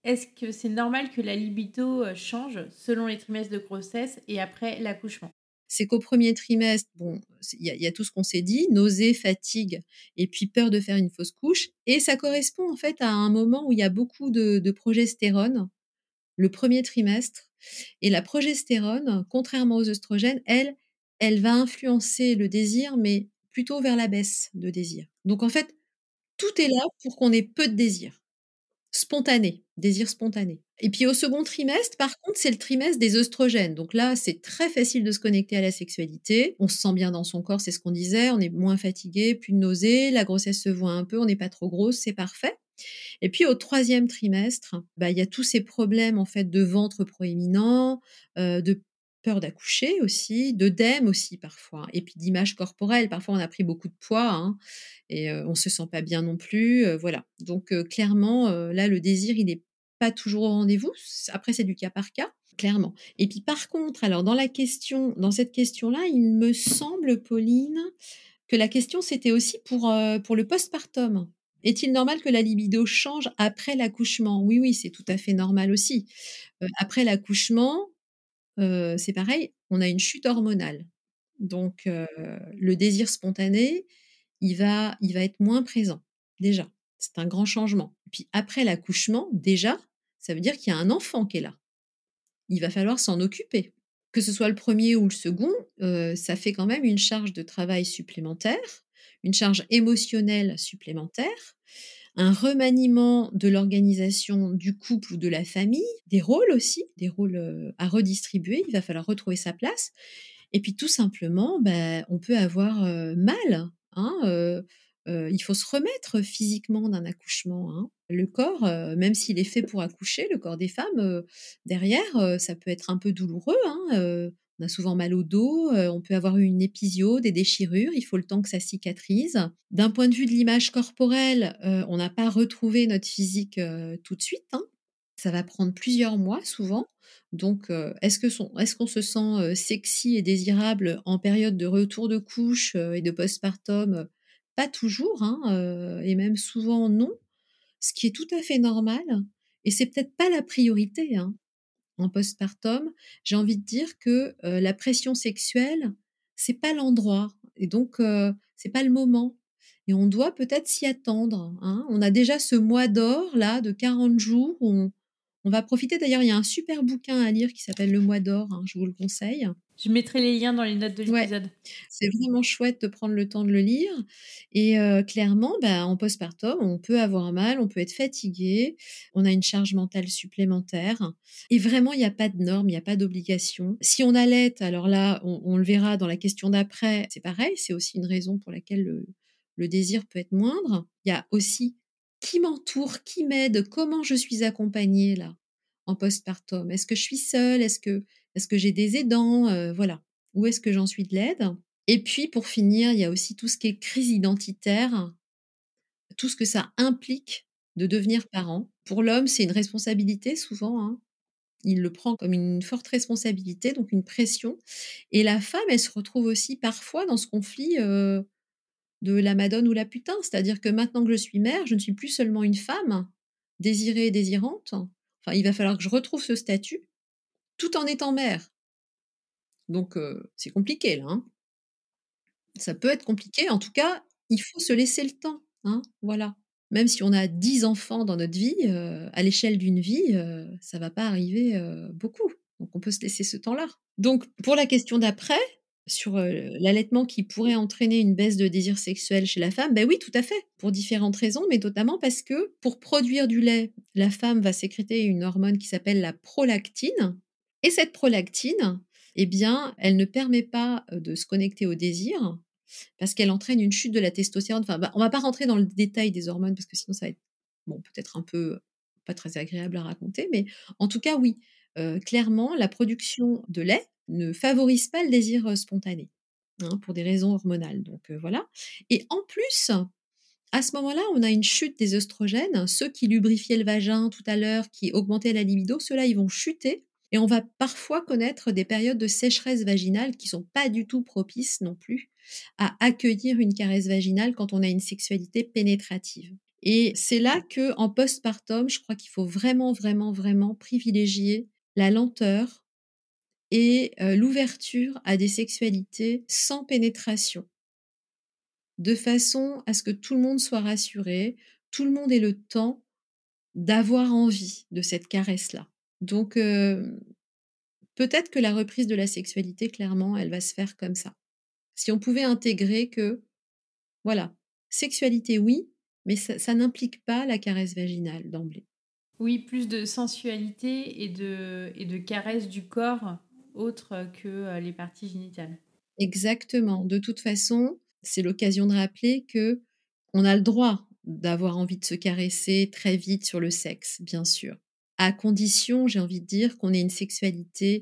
Est-ce que c'est normal que la libido, heu, change selon les trimestres de grossesse et après l'accouchement? C'est qu'au premier trimestre, bon, c'est il y a il y a tout ce qu'on s'est dit, nausées, fatigue et puis peur de faire une fausse couche et ça correspond en fait à un moment où il y a beaucoup de de progestérone, le premier trimestre et la progestérone, contrairement aux œstrogènes, elle, elle va influencer le désir, mais plutôt vers la baisse de désir. Donc en fait, tout est là pour qu'on ait peu de désir. Spontané, désir spontané. Et puis au second trimestre, par contre, c'est le trimestre des œstrogènes. Donc là, c'est très facile de se connecter à la sexualité. On se sent bien dans son corps, c'est ce qu'on disait. On est moins fatigué, plus de nausées, la grossesse se voit un peu, on n'est pas trop grosse, c'est parfait. Et puis au troisième trimestre, bah, il y a tous ces problèmes en fait de ventre proéminent, heu, de peur d'accoucher aussi, d'œdème aussi parfois et puis d'image corporelle. Parfois on a pris beaucoup de poids, hein et heu, on se sent pas bien non plus, heu, voilà. Donc heu, clairement, heu, là le désir il est pas toujours au rendez-vous. C après c'est du cas par cas, clairement. Et puis par contre, alors dans la question dans cette question-là, il me semble Pauline, que la question c'était aussi pour, heu, pour le postpartum. Est-il normal que la libido change après l'accouchement? Oui, oui, c'est tout à fait normal aussi. Heu, après l'accouchement, heu, c'est pareil, on a une chute hormonale. Donc heu, le désir spontané, il va il va être moins présent, déjà. C'est un grand changement. Puis après l'accouchement, déjà, ça veut dire qu'il y a un enfant qui est là. Il va falloir s'en occuper. Que ce soit le premier ou le second, heu, ça fait quand même une charge de travail supplémentaire, une charge émotionnelle supplémentaire, un remaniement de l'organisation du couple ou de la famille, des rôles aussi, des rôles, heu, à redistribuer. Il va falloir retrouver sa place et puis tout simplement, bah, on peut avoir, heu, mal, hein, heu heu, il faut se remettre physiquement d'un accouchement, hein. Le corps, heu, même s'il est fait pour accoucher, le corps des femmes, heu, derrière, heu, ça peut être un peu douloureux, hein, heu, on a souvent mal au dos, heu, on peut avoir eu une épisio, des déchirures, il faut le temps que ça cicatrise. D'un point de vue de l'image corporelle, heu, on n'a pas retrouvé notre physique, heu, tout de suite, hein. Ça va prendre plusieurs mois souvent. Donc, heu, est-ce que son est-ce qu'on se sent, heu, sexy et désirable en période de retour de couche, heu, et de postpartum? Heu, pas toujours, hein, heu, et même souvent non, ce qui est tout à fait normal et c'est peut-être pas la priorité, hein. En postpartum, j'ai envie de dire que, heu, la pression sexuelle, c'est pas l'endroit et donc, heu, c'est pas le moment et on doit peut-être s'y attendre, hein. On a déjà ce mois d'or là de quarante jours où on on va profiter. D'ailleurs, il y a un super bouquin à lire qui s'appelle Le Mois d'or, hein, je vous le conseille. Je mettrai les liens dans les notes de Ouais, l'épisode. c'est vraiment chouette de prendre le temps de le lire et heu, clairement, bah, en postpartum, on peut avoir mal, on peut être fatigué, on a une charge mentale supplémentaire et vraiment, il y a pas de normes, il y a pas d'obligation. Si on allaite, alors là, on on le verra dans la question d'après, c'est pareil, c'est aussi une raison pour laquelle le le désir peut être moindre. Il y a aussi qui m'entoure, qui m'aide, comment je suis accompagnée là, en postpartum? Est-ce que je suis seule? Est-ce que est-ce que j'ai des aidants? Heu, voilà. Où est-ce que j'en suis de l'aide? Et puis pour finir, il y a aussi tout ce qui est crise identitaire, tout ce que ça implique de devenir parent. Pour l'homme, c'est une responsabilité souvent, hein. Il le prend comme une forte responsabilité, donc une pression et la femme, elle se retrouve aussi parfois dans ce conflit, heu, de la madone ou la putain. C'est-à-dire que maintenant que je suis mère, je ne suis plus seulement une femme désirée et désirante. Enfin, il va falloir que je retrouve ce statut tout en étant mère. Donc heu, c'est compliqué là, hein. Ça peut être compliqué, en tout cas, il faut se laisser le temps, hein, voilà. Même si on a dix enfants dans notre vie, heu, à l'échelle d'une vie, heu, ça va pas arriver, heu, beaucoup. Donc on peut se laisser ce temps-là. Donc pour la question d'après, sur, heu, l'allaitement qui pourrait entraîner une baisse de désir sexuel chez la femme, beh, oui, tout à fait, pour différentes raisons, mais notamment parce que pour produire du lait, la femme va sécréter une hormone qui s'appelle la prolactine et cette prolactine, eh bien, elle ne permet pas, heu, de se connecter au désir parce qu'elle entraîne une chute de la testostérone. Enfin, bah, on va pas rentrer dans le détail des hormones parce que sinon ça va être, bon, peut-être un peu pas très agréable à raconter, mais en tout cas, oui, heu, clairement, la production de lait ne favorise pas le désir, heu, spontané, hein, pour des raisons hormonales, donc heu, voilà et en plus, à ce moment-là, on a une chute des œstrogènes. Ceux qui lubrifiaient le vagin tout à l'heure, qui augmentaient la libido, ceux-là, ils vont chuter et on va parfois connaître des périodes de sécheresse vaginale qui sont pas du tout propices non plus à accueillir une caresse vaginale quand on a une sexualité pénétrative. Et c'est là qu'en postpartum, je crois qu'il faut vraiment, vraiment, vraiment privilégier la lenteur et heu, l'ouverture à des sexualités sans pénétration. De façon à ce que tout le monde soit rassuré, tout le monde ait le temps d'avoir envie de cette caresse-là. Donc heu, peut-être que la reprise de la sexualité, clairement, elle va se faire comme ça. Si on pouvait intégrer que, voilà, sexualité oui, mais ça ça n'implique pas la caresse vaginale d'emblée. Oui, plus de sensualité et de, et de caresse du corps autre que euh, les parties génitales. Exactement. De toute façon, c'est l'occasion de rappeler que on a le droit d'avoir envie de se caresser très vite sur le sexe, bien sûr. À condition, j'ai envie de dire, qu'on ait une sexualité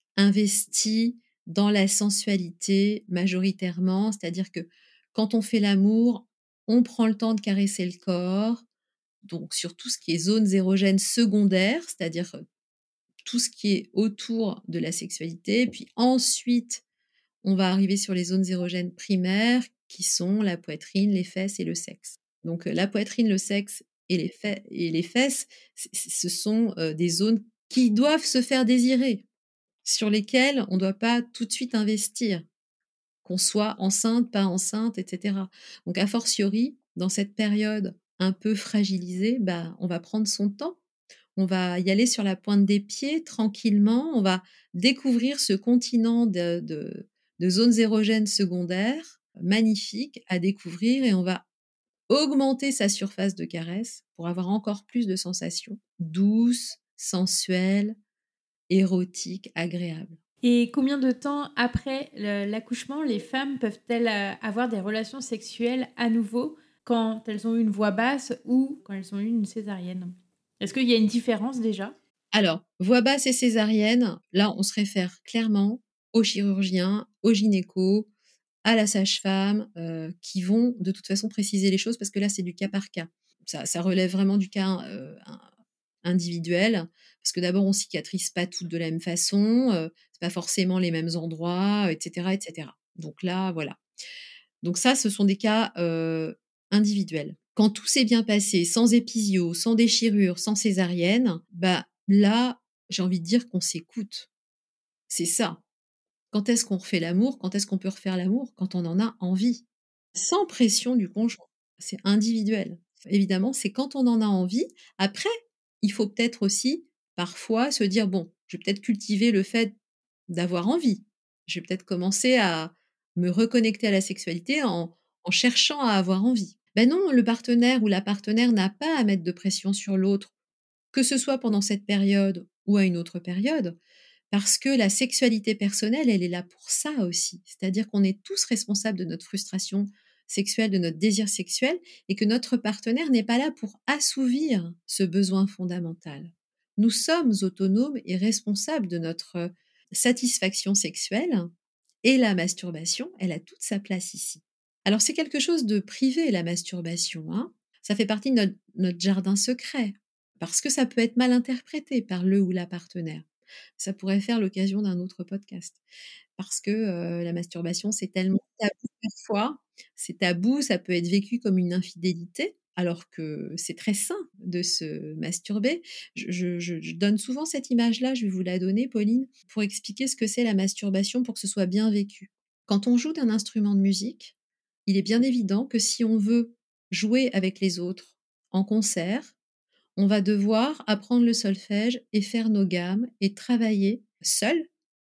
investie dans la sensualité majoritairement, c'est-à-dire que quand on fait l'amour, on prend le temps de caresser le corps, donc sur tout ce qui est zones érogènes secondaires, c'est-à-dire euh, tout ce qui est autour de la sexualité, puis ensuite on va arriver sur les zones érogènes primaires qui sont la poitrine, les fesses et le sexe. Donc euh, la poitrine, le sexe et les, fe- et les fesses, c- c- ce sont euh, des zones qui doivent se faire désirer, sur lesquelles on ne doit pas tout de suite investir, qu'on soit enceinte, pas enceinte, et cetera. Donc a fortiori, dans cette période un peu fragilisée, bah, on va prendre son temps, on va y aller sur la pointe des pieds tranquillement, on va découvrir ce continent de, de, de zones érogènes secondaires magnifiques à découvrir et on va augmenter sa surface de caresse pour avoir encore plus de sensations douces, sensuelles, érotiques, agréables. Et combien de temps après le- l'accouchement, les femmes peuvent-elles euh, avoir des relations sexuelles à nouveau quand elles ont eu une voix basse ou quand elles ont eu une césarienne? Est-ce qu'il y a une différence déjà? Alors, voix basse et césarienne, là, on se réfère clairement aux chirurgiens, aux gynécos, à la sage-femme, heu, qui vont de toute façon préciser les choses parce que là, c'est du cas par cas. Ça ça relève vraiment du cas, heu, in individuel parce que d'abord, on cicatrise pas toutes de la même façon, heu, c'est pas forcément les mêmes endroits, et cetera, et cetera. Donc là, voilà. Donc ça, ce sont des cas, heu, individuels. Quand tout s'est bien passé, sans épisio, sans déchirure, sans césarienne, bah, là, j'ai envie de dire qu'on s'écoute. C'est ça. Quand est-ce qu'on refait l'amour? Quand est-ce qu'on peut refaire l'amour? Quand on en a envie. Sans pression du conjoint. C'est individuel. Évidemment, c'est quand on en a envie. Après, il faut peut-être aussi, parfois, se dire: «Bon, je vais peut-être cultiver le fait d'avoir envie. Je vais peut-être commencer à me reconnecter à la sexualité en en cherchant à avoir envie». Ben non, le partenaire ou la partenaire n'a pas à mettre de pression sur l'autre, que ce soit pendant cette période ou à une autre période. Parce que la sexualité personnelle, elle est là pour ça aussi. C'est-à-dire qu'on est tous responsables de notre frustration sexuelle, de notre désir sexuel, et que notre partenaire n'est pas là pour assouvir ce besoin fondamental. Nous sommes autonomes et responsables de notre satisfaction sexuelle, et la masturbation, elle a toute sa place ici. Alors c'est quelque chose de privé, la masturbation, hein. Ça fait partie de notre, notre jardin secret, parce que ça peut être mal interprété par le ou la partenaire. Ça pourrait faire l'occasion d'un autre podcast. Parce que, heu, la masturbation, c'est tellement tabou parfois. C'est tabou, ça peut être vécu comme une infidélité, alors que c'est très sain de se masturber. Je je je je donne souvent cette image-là, je vais vous la donner, Pauline, pour expliquer ce que c'est la masturbation pour que ce soit bien vécu. Quand on joue d'un instrument de musique, il est bien évident que si on veut jouer avec les autres en concert, on va devoir apprendre le solfège et faire nos gammes et travailler seul,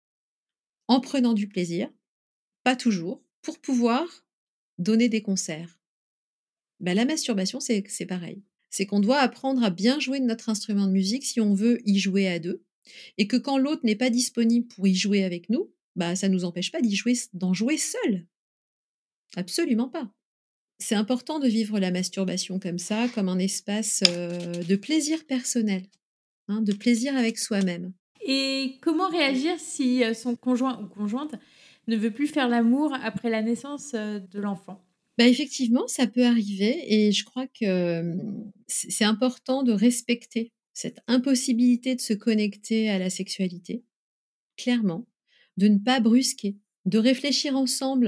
en prenant du plaisir, pas toujours, pour pouvoir donner des concerts. Ben, la masturbation, c'est c'est pareil. C'est qu'on doit apprendre à bien jouer de notre instrument de musique si on veut y jouer à deux, et que quand l'autre n'est pas disponible pour y jouer avec nous, bah, ça ne nous empêche pas d'y jouer, d'en jouer seul. Absolument pas. C'est important de vivre la masturbation comme ça, comme un espace euh, de plaisir personnel, hein, de plaisir avec soi-même. Et comment réagir si euh, son conjoint ou conjointe ne veut plus faire l'amour après la naissance euh, de l'enfant? Bah, effectivement, ça peut arriver et je crois que, mmh, c'est c'est important de respecter cette impossibilité de se connecter à la sexualité, clairement, de ne pas brusquer, de réfléchir ensemble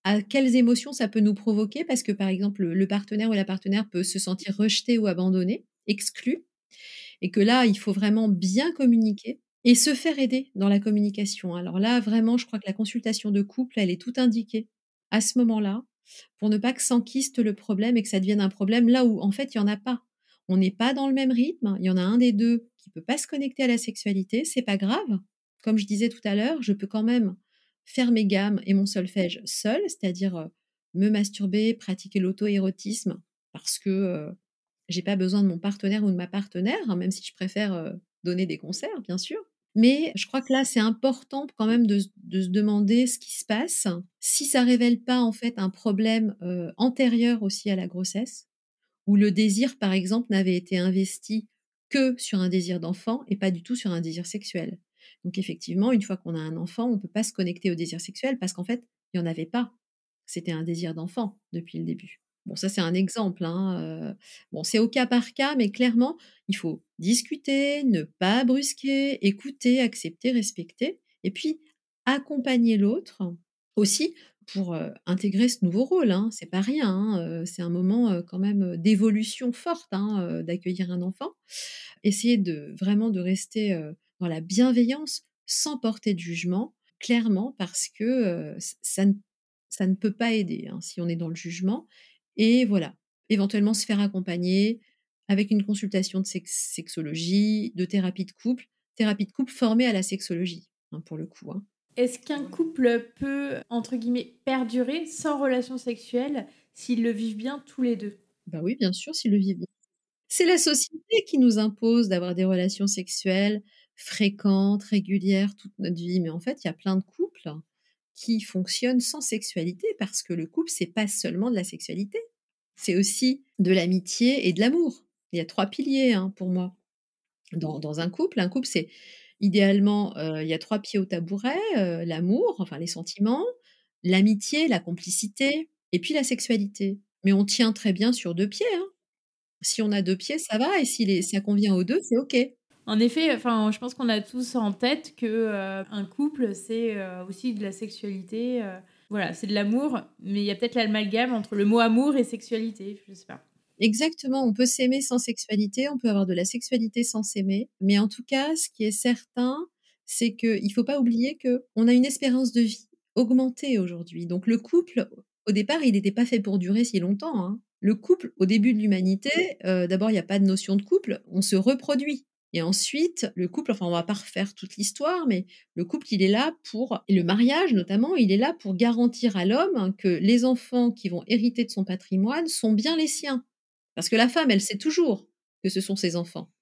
à quelles émotions ça peut nous provoquer parce que, par exemple, le le partenaire ou la partenaire peut se sentir rejeté ou abandonné, exclu et que là, il faut vraiment bien communiquer et se faire aider dans la communication. Alors là, vraiment, je crois que la consultation de couple, elle est toute indiquée à ce moment-là, pour ne pas que s'enquiste le problème et que ça devienne un problème là où, en fait, il y en a pas. On n'est pas dans le même rythme, il y en a un des deux qui peut pas se connecter à la sexualité, c'est pas grave. Comme je disais tout à l'heure, je peux quand même faire mes gammes et mon solfège seule, c'est-à-dire, heu, me masturber, pratiquer l'auto-érotisme parce que, heu, j'ai pas besoin de mon partenaire ou de ma partenaire, hein, même si je préfère, heu, donner des concerts, bien sûr. Mais je crois que là, c'est important quand même de se de se demander ce qui se passe, si ça révèle pas, en fait, un problème, heu, antérieur aussi à la grossesse, où le désir, par exemple, n'avait été investi que sur un désir d'enfant et pas du tout sur un désir sexuel. Donc effectivement, une fois qu'on a un enfant, on peut pas se connecter au désir sexuel parce qu'en fait, il y en avait pas. C'était un désir d'enfant depuis le début. Bon, ça, c'est un exemple, hein, heu, bon, c'est au cas par cas, mais clairement, il faut discuter, ne pas brusquer, écouter, accepter, respecter et puis accompagner l'autre aussi pour, heu, intégrer ce nouveau rôle, hein. C'est pas rien, hein, heu, c'est un moment, heu, quand même, heu, d'évolution forte, hein, heu, d'accueillir un enfant. Essayer de vraiment de rester, heu, dans la bienveillance, sans porter de jugement, clairement parce que, heu, ç ça ne ça ne peut pas aider, hein, si on est dans le jugement et voilà, éventuellement se faire accompagner avec une consultation de sex sexologie, de thérapie de couple, thérapie de couple formée à la sexologie, hein, pour le coup, hein. Est-ce qu'un couple peut, entre guillemets, «perdurer» sans relation sexuelle s'ils le vivent bien tous les deux? Bah oui, bien sûr, s'ils le vivent bien. C'est la société qui nous impose d'avoir des relations sexuelles fréquentes, régulières, toute notre vie. Mais en fait, il y a plein de couples qui fonctionnent sans sexualité parce que le couple, c'est pas seulement de la sexualité, c'est aussi de l'amitié et de l'amour. Il y a trois piliers, hein, pour moi. Dans dans un couple, un couple, c'est idéalement, heu, il y a trois pieds au tabouret, heu, l'amour, enfin les sentiments, l'amitié, la complicité et puis la sexualité. Mais on tient très bien sur deux pieds, hein. Si on a deux pieds, ça va et si les ça convient aux deux, c'est OK. En effet, enfin, je pense qu'on a tous en tête que, heu, un couple, c'est, heu, aussi de la sexualité, heu, voilà, c'est de l'amour, mais il y a peut-être l'amalgame entre le mot amour et sexualité, je sais pas. Exactement, on peut s'aimer sans sexualité, on peut avoir de la sexualité sans s'aimer, mais en tout cas, ce qui est certain, c'est qu'il faut pas oublier qu'on a une espérance de vie augmentée aujourd'hui. Donc le couple, au départ, il n'était pas fait pour durer si longtemps, hein. Le couple, au début de l'humanité, heu, d'abord, il y a pas de notion de couple, on se reproduit et ensuite, le couple, enfin, on va pas refaire toute l'histoire, mais le couple, il est là pour et le mariage notamment, il est là pour garantir à l'homme que les enfants qui vont hériter de son patrimoine sont bien les siens. Parce que la femme, elle sait toujours que ce sont ses enfants,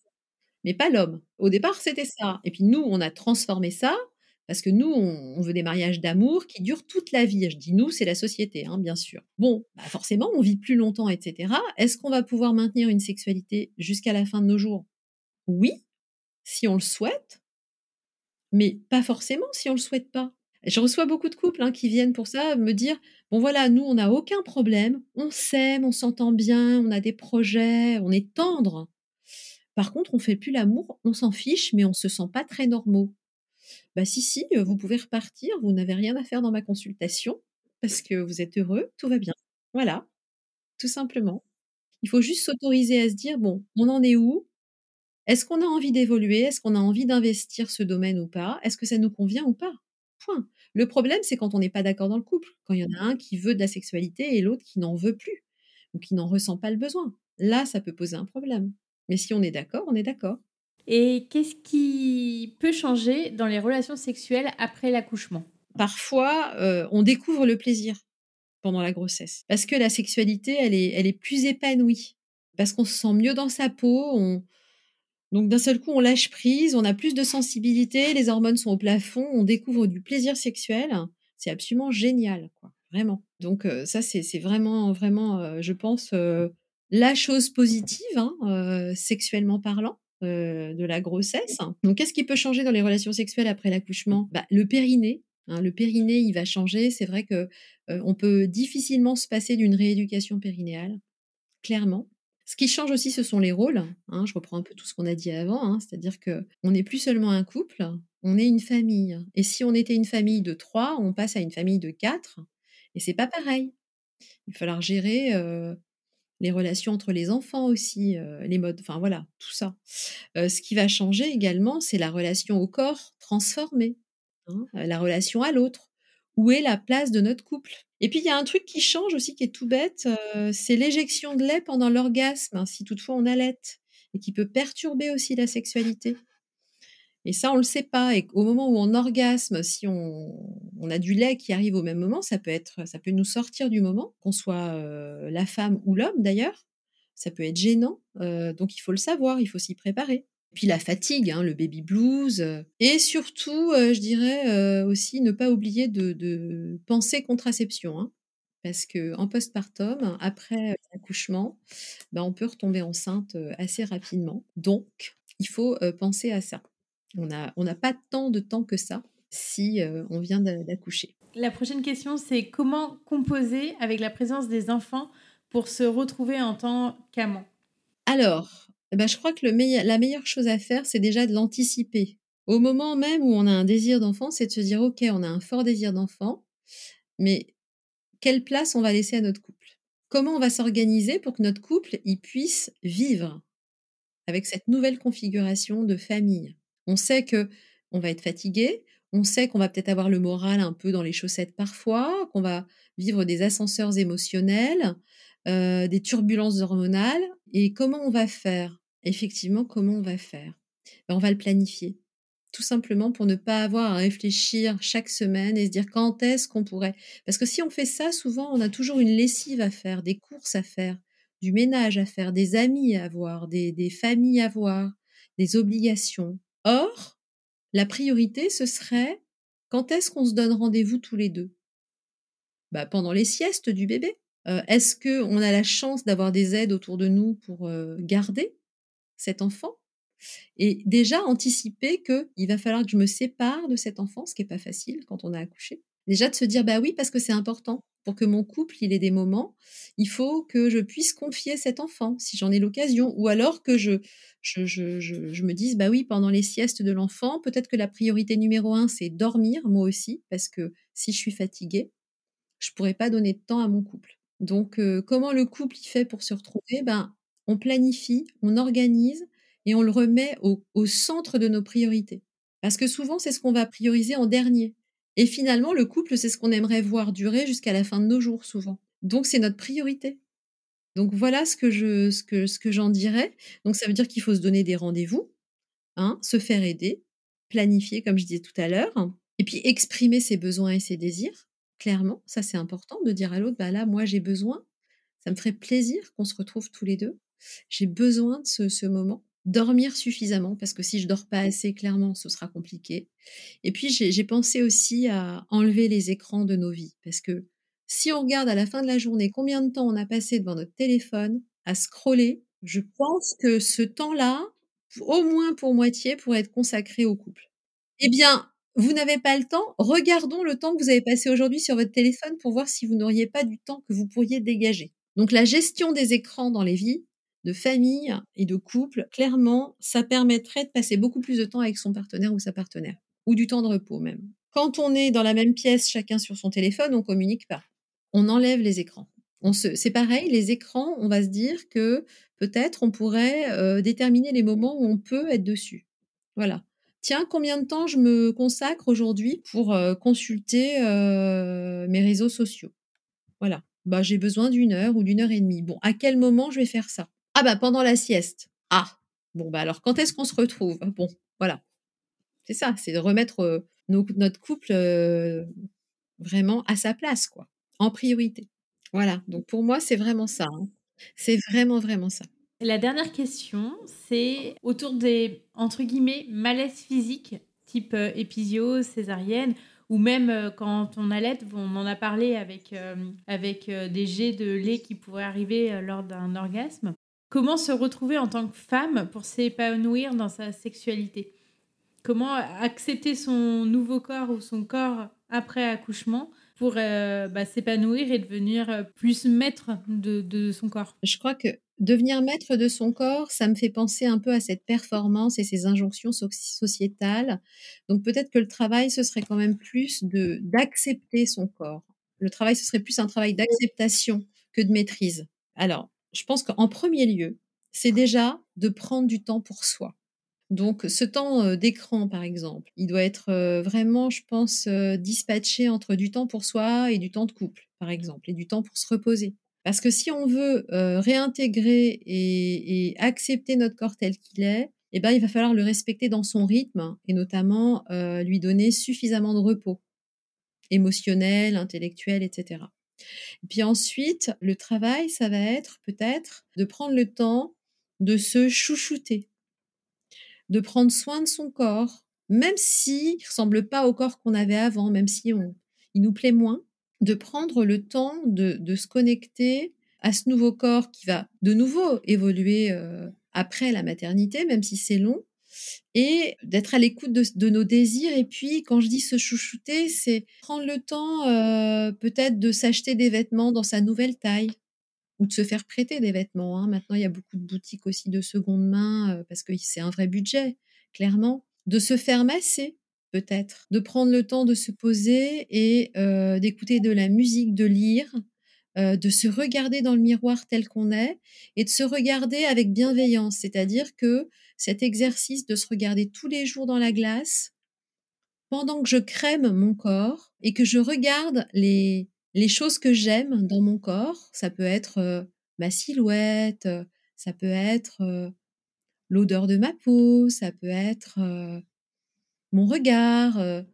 mais pas l'homme. Au départ, c'était ça et puis nous, on a transformé ça parce que nous, on on veut des mariages d'amour qui durent toute la vie. Je dis «nous», c'est la société, hein, bien sûr. Bon, bah, forcément, on vit plus longtemps et cetera. Est-ce qu'on va pouvoir maintenir une sexualité jusqu'à la fin de nos jours? Oui, si on le souhaite, mais pas forcément si on le souhaite pas. Je reçois beaucoup de couples, hein, qui viennent pour ça, me dire: «Bon voilà, nous on n'a aucun problème, on s'aime, on s'entend bien, on a des projets, on est tendre. Par contre, on fait plus l'amour, on s'en fiche, mais on se sent pas très normaux». Bah si, si, heu, vous pouvez repartir, vous n'avez rien à faire dans ma consultation parce que vous êtes heureux, tout va bien. Voilà, tout simplement. Il faut juste s'autoriser à se dire: «Bon, on en est où? Est-ce qu'on a envie d'évoluer? Est-ce qu'on a envie d'investir ce domaine ou pas? Est-ce que ça nous convient ou pas? Point. Le problème, c'est quand on n'est pas d'accord dans le couple, quand il y en a un qui veut de la sexualité et l'autre qui n'en veut plus ou qui n'en ressent pas le besoin. Là, ça peut poser un problème. Mais si on est d'accord, on est d'accord. Et qu'est-ce qui peut changer dans les relations sexuelles après l'accouchement? Parfois, heu, on découvre le plaisir pendant la grossesse parce que la sexualité, elle est elle est plus épanouie, parce qu'on se sent mieux dans sa peau, on donc d'un seul coup, on lâche prise, on a plus de sensibilité, les hormones sont au plafond, on découvre du plaisir sexuel. C'est absolument génial, quoi, vraiment. Donc heu, ça, c'est c'est vraiment vraiment, heu, je pense, heu, la chose positive, hein, heu, sexuellement parlant, heu, de la grossesse. Donc qu'est-ce qui peut changer dans les relations sexuelles après l'accouchement? Bah, le périnée, hein, le périnée, il va changer. C'est vrai que, heu, on peut difficilement se passer d'une rééducation périnéale. Clairement. Ce qui change aussi, ce sont les rôles, hein. Je reprends un peu tout ce qu'on a dit avant, hein, c'est-à-dire qu'on n'est plus seulement un couple, on est une famille et si on était une famille de trois, on passe à une famille de quatre Et c'est pas pareil. Il va falloir gérer, heu, les relations entre les enfants aussi, heu, les modes enfin voilà, tout ça. Heu, ce qui va changer également, c'est la relation au corps transformé, hein, heu, la relation à l'autre. Où est la place de notre couple? Et puis il y a un truc qui change aussi qui est tout bête, heu, c'est l'éjection de lait pendant l'orgasme, si toutefois on allaite et qui peut perturber aussi la sexualité. Et ça, on le sait pas et qu'au moment où on orgasme, si on on a du lait qui arrive au même moment, ça peut être ça peut nous sortir du moment, qu'on soit, heu, la femme ou l'homme d'ailleurs. Ça peut être gênant, heu, donc il faut le savoir, il faut s'y préparer. Puis la fatigue, hein, le baby blues, heu et surtout, heu, je dirais, heu, aussi ne pas oublier de de penser contraception, hein. Parce qu'en postpartum, après, heu, l'accouchement, bah, on peut retomber enceinte, heu, assez rapidement. Donc il faut, heu, penser à ça. On a on n'a pas tant de temps que ça si, heu, on vient d'a d'accoucher. La prochaine question, c'est comment composer avec la présence des enfants pour se retrouver en tant qu'amant? Alors, eh bah, je crois que le meilleur la meilleure chose à faire, c'est déjà de l'anticiper. Au moment même où on a un désir d'enfant, c'est de se dire: «OK, on a un fort désir d'enfant, mais quelle place on va laisser à notre couple? Comment on va s'organiser pour que notre couple, il puisse vivre avec cette nouvelle configuration de famille?» On sait que on va être fatigué, on sait qu'on va peut-être avoir le moral un peu dans les chaussettes parfois, qu'on va vivre des ascenseurs émotionnels, heu, des turbulences hormonales et comment on va faire? Effectivement, comment on va faire? Bah, on va le planifier. Tout simplement pour ne pas avoir à réfléchir chaque semaine et se dire: «Quand est-ce qu'on pourrait?» Parce que si on fait ça, souvent, on a toujours une lessive à faire, des courses à faire, du ménage à faire, des amis à voir, des des familles à voir, des obligations. Or, la priorité, ce serait: quand est-ce qu'on se donne rendez-vous tous les deux? Bah, pendant les siestes du bébé. Heu, est-ce qu'on a la chance d'avoir des aides autour de nous pour, heu, garder cet enfant? Et déjà anticiper qu'il va falloir que je me sépare de cet enfant, ce qui est pas facile quand on a accouché. Déjà de se dire: «Bah oui, parce que c'est important. Pour que mon couple, il ait des moments, il faut que je puisse confier cet enfant, si j'en ai l'occasion». Ou alors que je je je je je me dise: «Bah oui, pendant les siestes de l'enfant, peut-être que la priorité numéro un, c'est dormir, moi aussi, parce que si je suis fatiguée, je pourrais pas donner de temps à mon couple». Donc heu, comment le couple il fait pour se retrouver? Ben, on planifie, on organise et on le remet au au centre de nos priorités. Parce que souvent, c'est ce qu'on va prioriser en dernier et finalement, le couple, c'est ce qu'on aimerait voir durer jusqu'à la fin de nos jours, souvent. Donc c'est notre priorité. Donc voilà ce que je ce que ce que j'en dirais. Donc ça veut dire qu'il faut se donner des rendez-vous, hein, se faire aider, planifier comme je disais tout à l'heure et puis exprimer ses besoins et ses désirs, clairement. Ça, c'est important de dire à l'autre: «Bah, là, moi, j'ai besoin, ça me ferait plaisir qu'on se retrouve tous les deux. J'ai besoin de ce ce moment». Dormir suffisamment parce que si je dors pas assez, clairement, ce sera compliqué et puis j'ai j'ai pensé aussi à enlever les écrans de nos vies parce que si on regarde à la fin de la journée combien de temps on a passé devant notre téléphone à scroller, je pense que ce temps-là, au moins pour moitié, pourrait être consacré au couple. Eh bien, vous n'avez pas le temps? Regardons le temps que vous avez passé aujourd'hui sur votre téléphone pour voir si vous n'auriez pas du temps que vous pourriez dégager. Donc la gestion des écrans dans les vies de famille et de couple, clairement, ça permettrait de passer beaucoup plus de temps avec son partenaire ou sa partenaire ou du temps de repos même. Quand on est dans la même pièce, chacun sur son téléphone, on communique pas. On enlève les écrans. On se c'est pareil, les écrans, on va se dire que peut-être on pourrait, heu, déterminer les moments où on peut être dessus. Voilà. Tiens, combien de temps je me consacre aujourd'hui pour, heu, consulter, heu, mes réseaux sociaux? Voilà. Bah, j'ai besoin d'une heure ou d'une heure et demie. Bon, à quel moment je vais faire ça? Ah bah, pendant la sieste. Ah! Bon, bah, alors quand est-ce qu'on se retrouve? Bon, voilà. C'est ça, c'est de remettre, heu, nos notre couple, heu, vraiment à sa place, quoi, en priorité. Voilà, donc pour moi, c'est vraiment ça, hein. C'est vraiment, vraiment ça. La dernière question, c'est autour des, entre guillemets, «malaises physiques» type, heu, épisio, césarienne ou même, heu, quand on allaite, on en a parlé avec, hem, avec, heu, des jets de lait qui pourraient arriver, heu, lors d'un orgasme. Comment se retrouver en tant que femme pour s'épanouir dans sa sexualité? Comment accepter son nouveau corps ou son corps après accouchement pour, heu, bah, s'épanouir et devenir, heu, plus maître de de son corps? Je crois que devenir maître de son corps, ça me fait penser un peu à cette performance et ces injonctions soc sociétales. Donc peut-être que le travail, ce serait quand même plus de d'accepter son corps. le travail, ce serait plus un travail d'acceptation que de maîtrise. Alors, je pense qu'en premier lieu, c'est déjà de prendre du temps pour soi. Donc ce temps, heu, d'écran, par exemple, il doit être, heu, vraiment, je pense, heu, dispatché entre du temps pour soi et du temps de couple, par exemple, et du temps pour se reposer. Parce que si on veut, heu, réintégrer et et accepter notre corps tel qu'il est, et ben, il va falloir le respecter dans son rythme et notamment, heu, lui donner suffisamment de repos émotionnel, intellectuel et cetera. Et puis ensuite, le travail, ça va être peut-être de prendre le temps de se chouchouter, de prendre soin de son corps, même s'il ressemble pas au corps qu'on avait avant, même si on il nous plaît moins, de prendre le temps de de se connecter à ce nouveau corps qui va de nouveau évoluer, heu, après la maternité, même si c'est long, et d'être à l'écoute de de nos désirs. Et puis quand je dis se chouchouter, c'est prendre le temps, heu, peut-être de s'acheter des vêtements dans sa nouvelle taille ou de se faire prêter des vêtements, hein. Maintenant, il y a beaucoup de boutiques aussi de seconde main, heu, parce que c'est un vrai budget, clairement. De se faire masser, peut-être. De prendre le temps de se poser et heu, d'écouter de la musique, de lire, heu, de se regarder dans le miroir tel qu'on est et de se regarder avec bienveillance. C'est-à-dire que cet exercice de se regarder tous les jours dans la glace, pendant que je crème mon corps et que je regarde les les choses que j'aime dans mon corps, ça peut être, heu, ma silhouette, heu, ça peut être, heu, l'odeur de ma peau, ça peut être, heu, mon regard, heu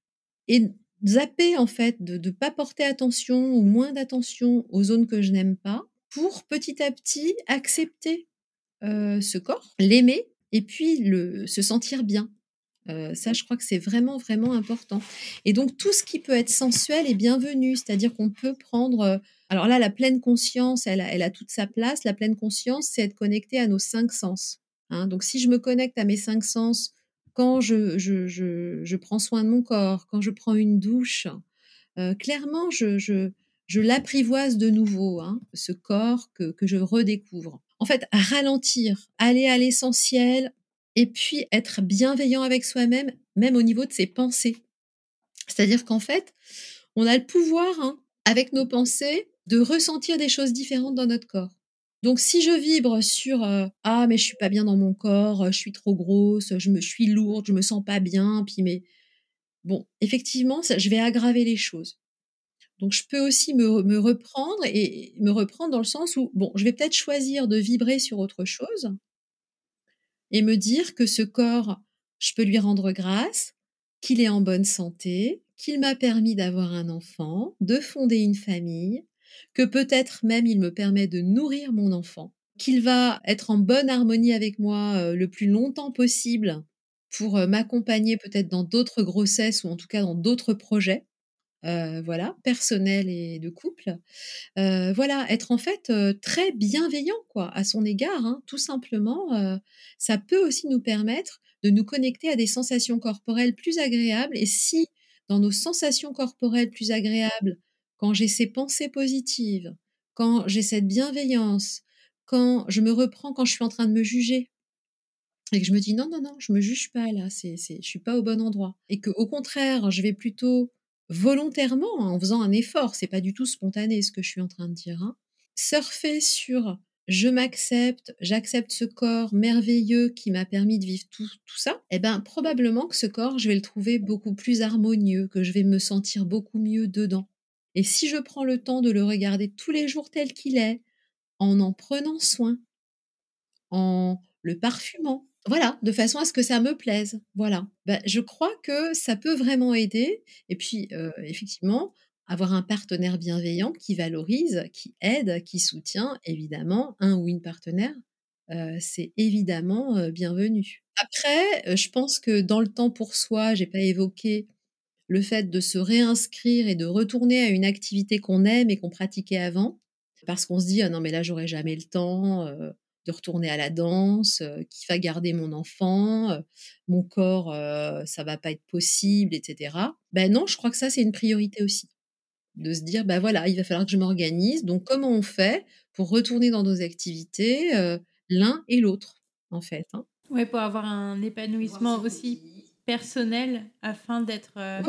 et zapper en fait, de de pas porter attention ou moins d'attention aux zones que je n'aime pas, pour petit à petit accepter, heu, ce corps, l'aimer et puis le se sentir bien. Heu, ça, je crois que c'est vraiment, vraiment important et donc tout ce qui peut être sensuel est bienvenu. C'est-à-dire qu'on peut prendre, heu alors là, la pleine conscience, elle a elle a toute sa place. La pleine conscience, c'est être connecté à nos cinq sens, hein. Donc si je me connecte à mes cinq sens quand je je je je prends soin de mon corps, quand je prends une douche, heu, clairement, je je je l'apprivoise de nouveau, hein, ce corps que que je redécouvre. En fait, ralentir, aller à l'essentiel et puis être bienveillant avec soi-même, même au niveau de ses pensées. C'est-à-dire qu'en fait, on a le pouvoir, hein, avec nos pensées, de ressentir des choses différentes dans notre corps. Donc si je vibre sur, heu: «Ah mais je suis pas bien dans mon corps, heu, je suis trop grosse, je me je suis lourde, je me sens pas bien», puis mais bon, effectivement, ça je vais aggraver les choses. Donc je peux aussi me me reprendre et me reprendre dans le sens où, bon, je vais peut-être choisir de vibrer sur autre chose et me dire que ce corps, je peux lui rendre grâce, qu'il est en bonne santé, qu'il m'a permis d'avoir un enfant, de fonder une famille, que peut-être même il me permet de nourrir mon enfant, qu'il va être en bonne harmonie avec moi, heu, le plus longtemps possible pour, heu, m'accompagner peut-être dans d'autres grossesses ou en tout cas dans d'autres projets, heu, voilà, personnels et de couple. Heu, voilà, être en fait, heu, très bienveillant quoi, à son égard, hein, tout simplement, heu, ça peut aussi nous permettre de nous connecter à des sensations corporelles plus agréables et si dans nos sensations corporelles plus agréables, quand j'ai ces pensées positives, quand j'ai cette bienveillance, quand je me reprends quand je suis en train de me juger et que je me dis: «Non, non, non, je me juge pas là, c'est c'est je suis pas au bon endroit» et qu'au contraire, je vais plutôt volontairement, hein, en faisant un effort, c'est pas du tout spontané ce que je suis en train de dire, hein, surfer sur: «Je m'accepte, j'accepte ce corps merveilleux qui m'a permis de vivre tout tout ça» et ben, probablement que ce corps, je vais le trouver beaucoup plus harmonieux, que je vais me sentir beaucoup mieux dedans et si je prends le temps de le regarder tous les jours tel qu'il est, en en prenant soin, en le parfumant. Voilà, de façon à ce que ça me plaise, voilà. Bah, je crois que ça peut vraiment aider et puis, heu, effectivement, avoir un partenaire bienveillant qui valorise, qui aide, qui soutient, évidemment, un ou une partenaire, heu, c'est évidemment, heu, bienvenu. Après, heu, je pense que dans le temps pour soi, j'ai pas évoqué le fait de se réinscrire et de retourner à une activité qu'on aime et qu'on pratiquait avant, parce qu'on se dit: «Ah non mais là j'aurai jamais le temps, heu, de retourner à la danse, heu, qui va garder mon enfant? Heu, mon corps, heu, ça va pas être possible» et cetera. Ben non, je crois que ça c'est une priorité aussi. De se dire: «Bah voilà, il va falloir que je m'organise, donc comment on fait pour retourner dans nos activités, heu, l'un et l'autre?» en fait, hein. Ouais, pour avoir un épanouissement aussi personnel afin d'être, heu, Voilà.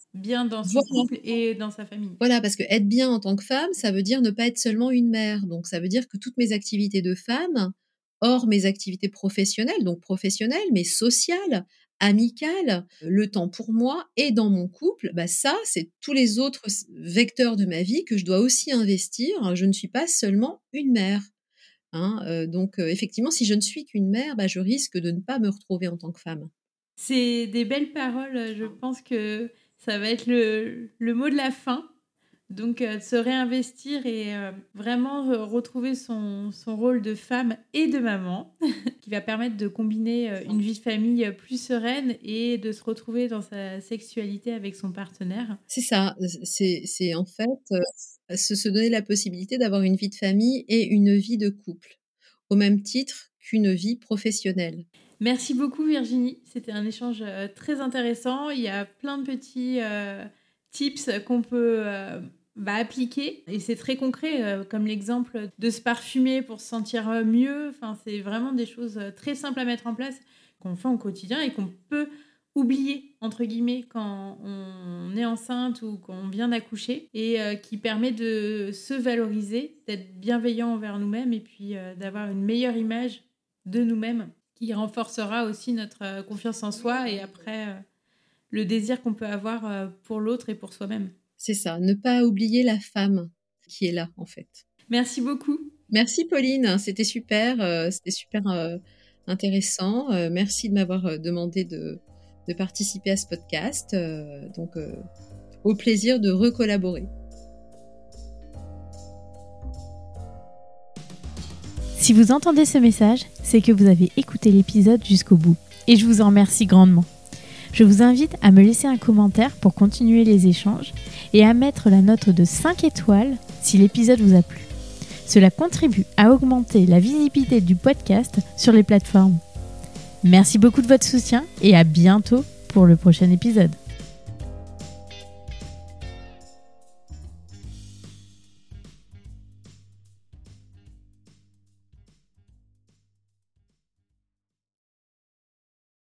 bien dans son voilà. couple et dans sa famille. Voilà, parce que être bien en tant que femme, ça veut dire ne pas être seulement une mère. Donc, ça veut dire que toutes mes activités de femme, hors mes activités professionnelles, donc professionnelles, mais sociales, amicales, le temps pour moi et dans mon couple, bah ça, c'est tous les autres vecteurs de ma vie que je dois aussi investir. Je ne suis pas seulement une mère. Hein, euh, donc, euh, effectivement, si je ne suis qu'une mère, bah, je risque de ne pas me retrouver en tant que femme. C'est des belles paroles. Je pense que ça va être le, le mot de la fin. Donc, euh, de se réinvestir et euh, vraiment euh, retrouver son, son rôle de femme et de maman, qui va permettre de combiner euh, une vie de famille plus sereine et de se retrouver dans sa sexualité avec son partenaire. C'est ça, c'est, c'est en fait euh, se, se donner la possibilité d'avoir une vie de famille et une vie de couple, au même titre qu'une vie professionnelle. Merci beaucoup Virginie, c'était un échange euh, très intéressant. Il y a plein de petits euh, tips qu'on peut euh, bah, appliquer et c'est très concret, euh, comme l'exemple de se parfumer pour se sentir euh, mieux. Enfin, c'est vraiment des choses euh, très simples à mettre en place qu'on fait au quotidien et qu'on peut oublier, entre guillemets, quand on est enceinte ou qu'on vient d'accoucher et euh, qui permet de se valoriser, d'être bienveillant envers nous-mêmes et puis euh, d'avoir une meilleure image de nous-mêmes, qui renforcera aussi notre euh, confiance en soi et après euh, le désir qu'on peut avoir euh, pour l'autre et pour soi-même. C'est ça, ne pas oublier la femme qui est là en fait. Merci beaucoup. Merci Pauline, c'était super, euh, c'était super euh, intéressant. Euh, merci de m'avoir demandé de, de participer à ce podcast. Euh, donc, euh, au plaisir de recollaborer. Si vous entendez ce message, c'est que vous avez écouté l'épisode jusqu'au bout. Et je vous en remercie grandement. Je vous invite à me laisser un commentaire pour continuer les échanges et à mettre la note de cinq étoiles si l'épisode vous a plu. Cela contribue à augmenter la visibilité du podcast sur les plateformes. Merci beaucoup de votre soutien et à bientôt pour le prochain épisode.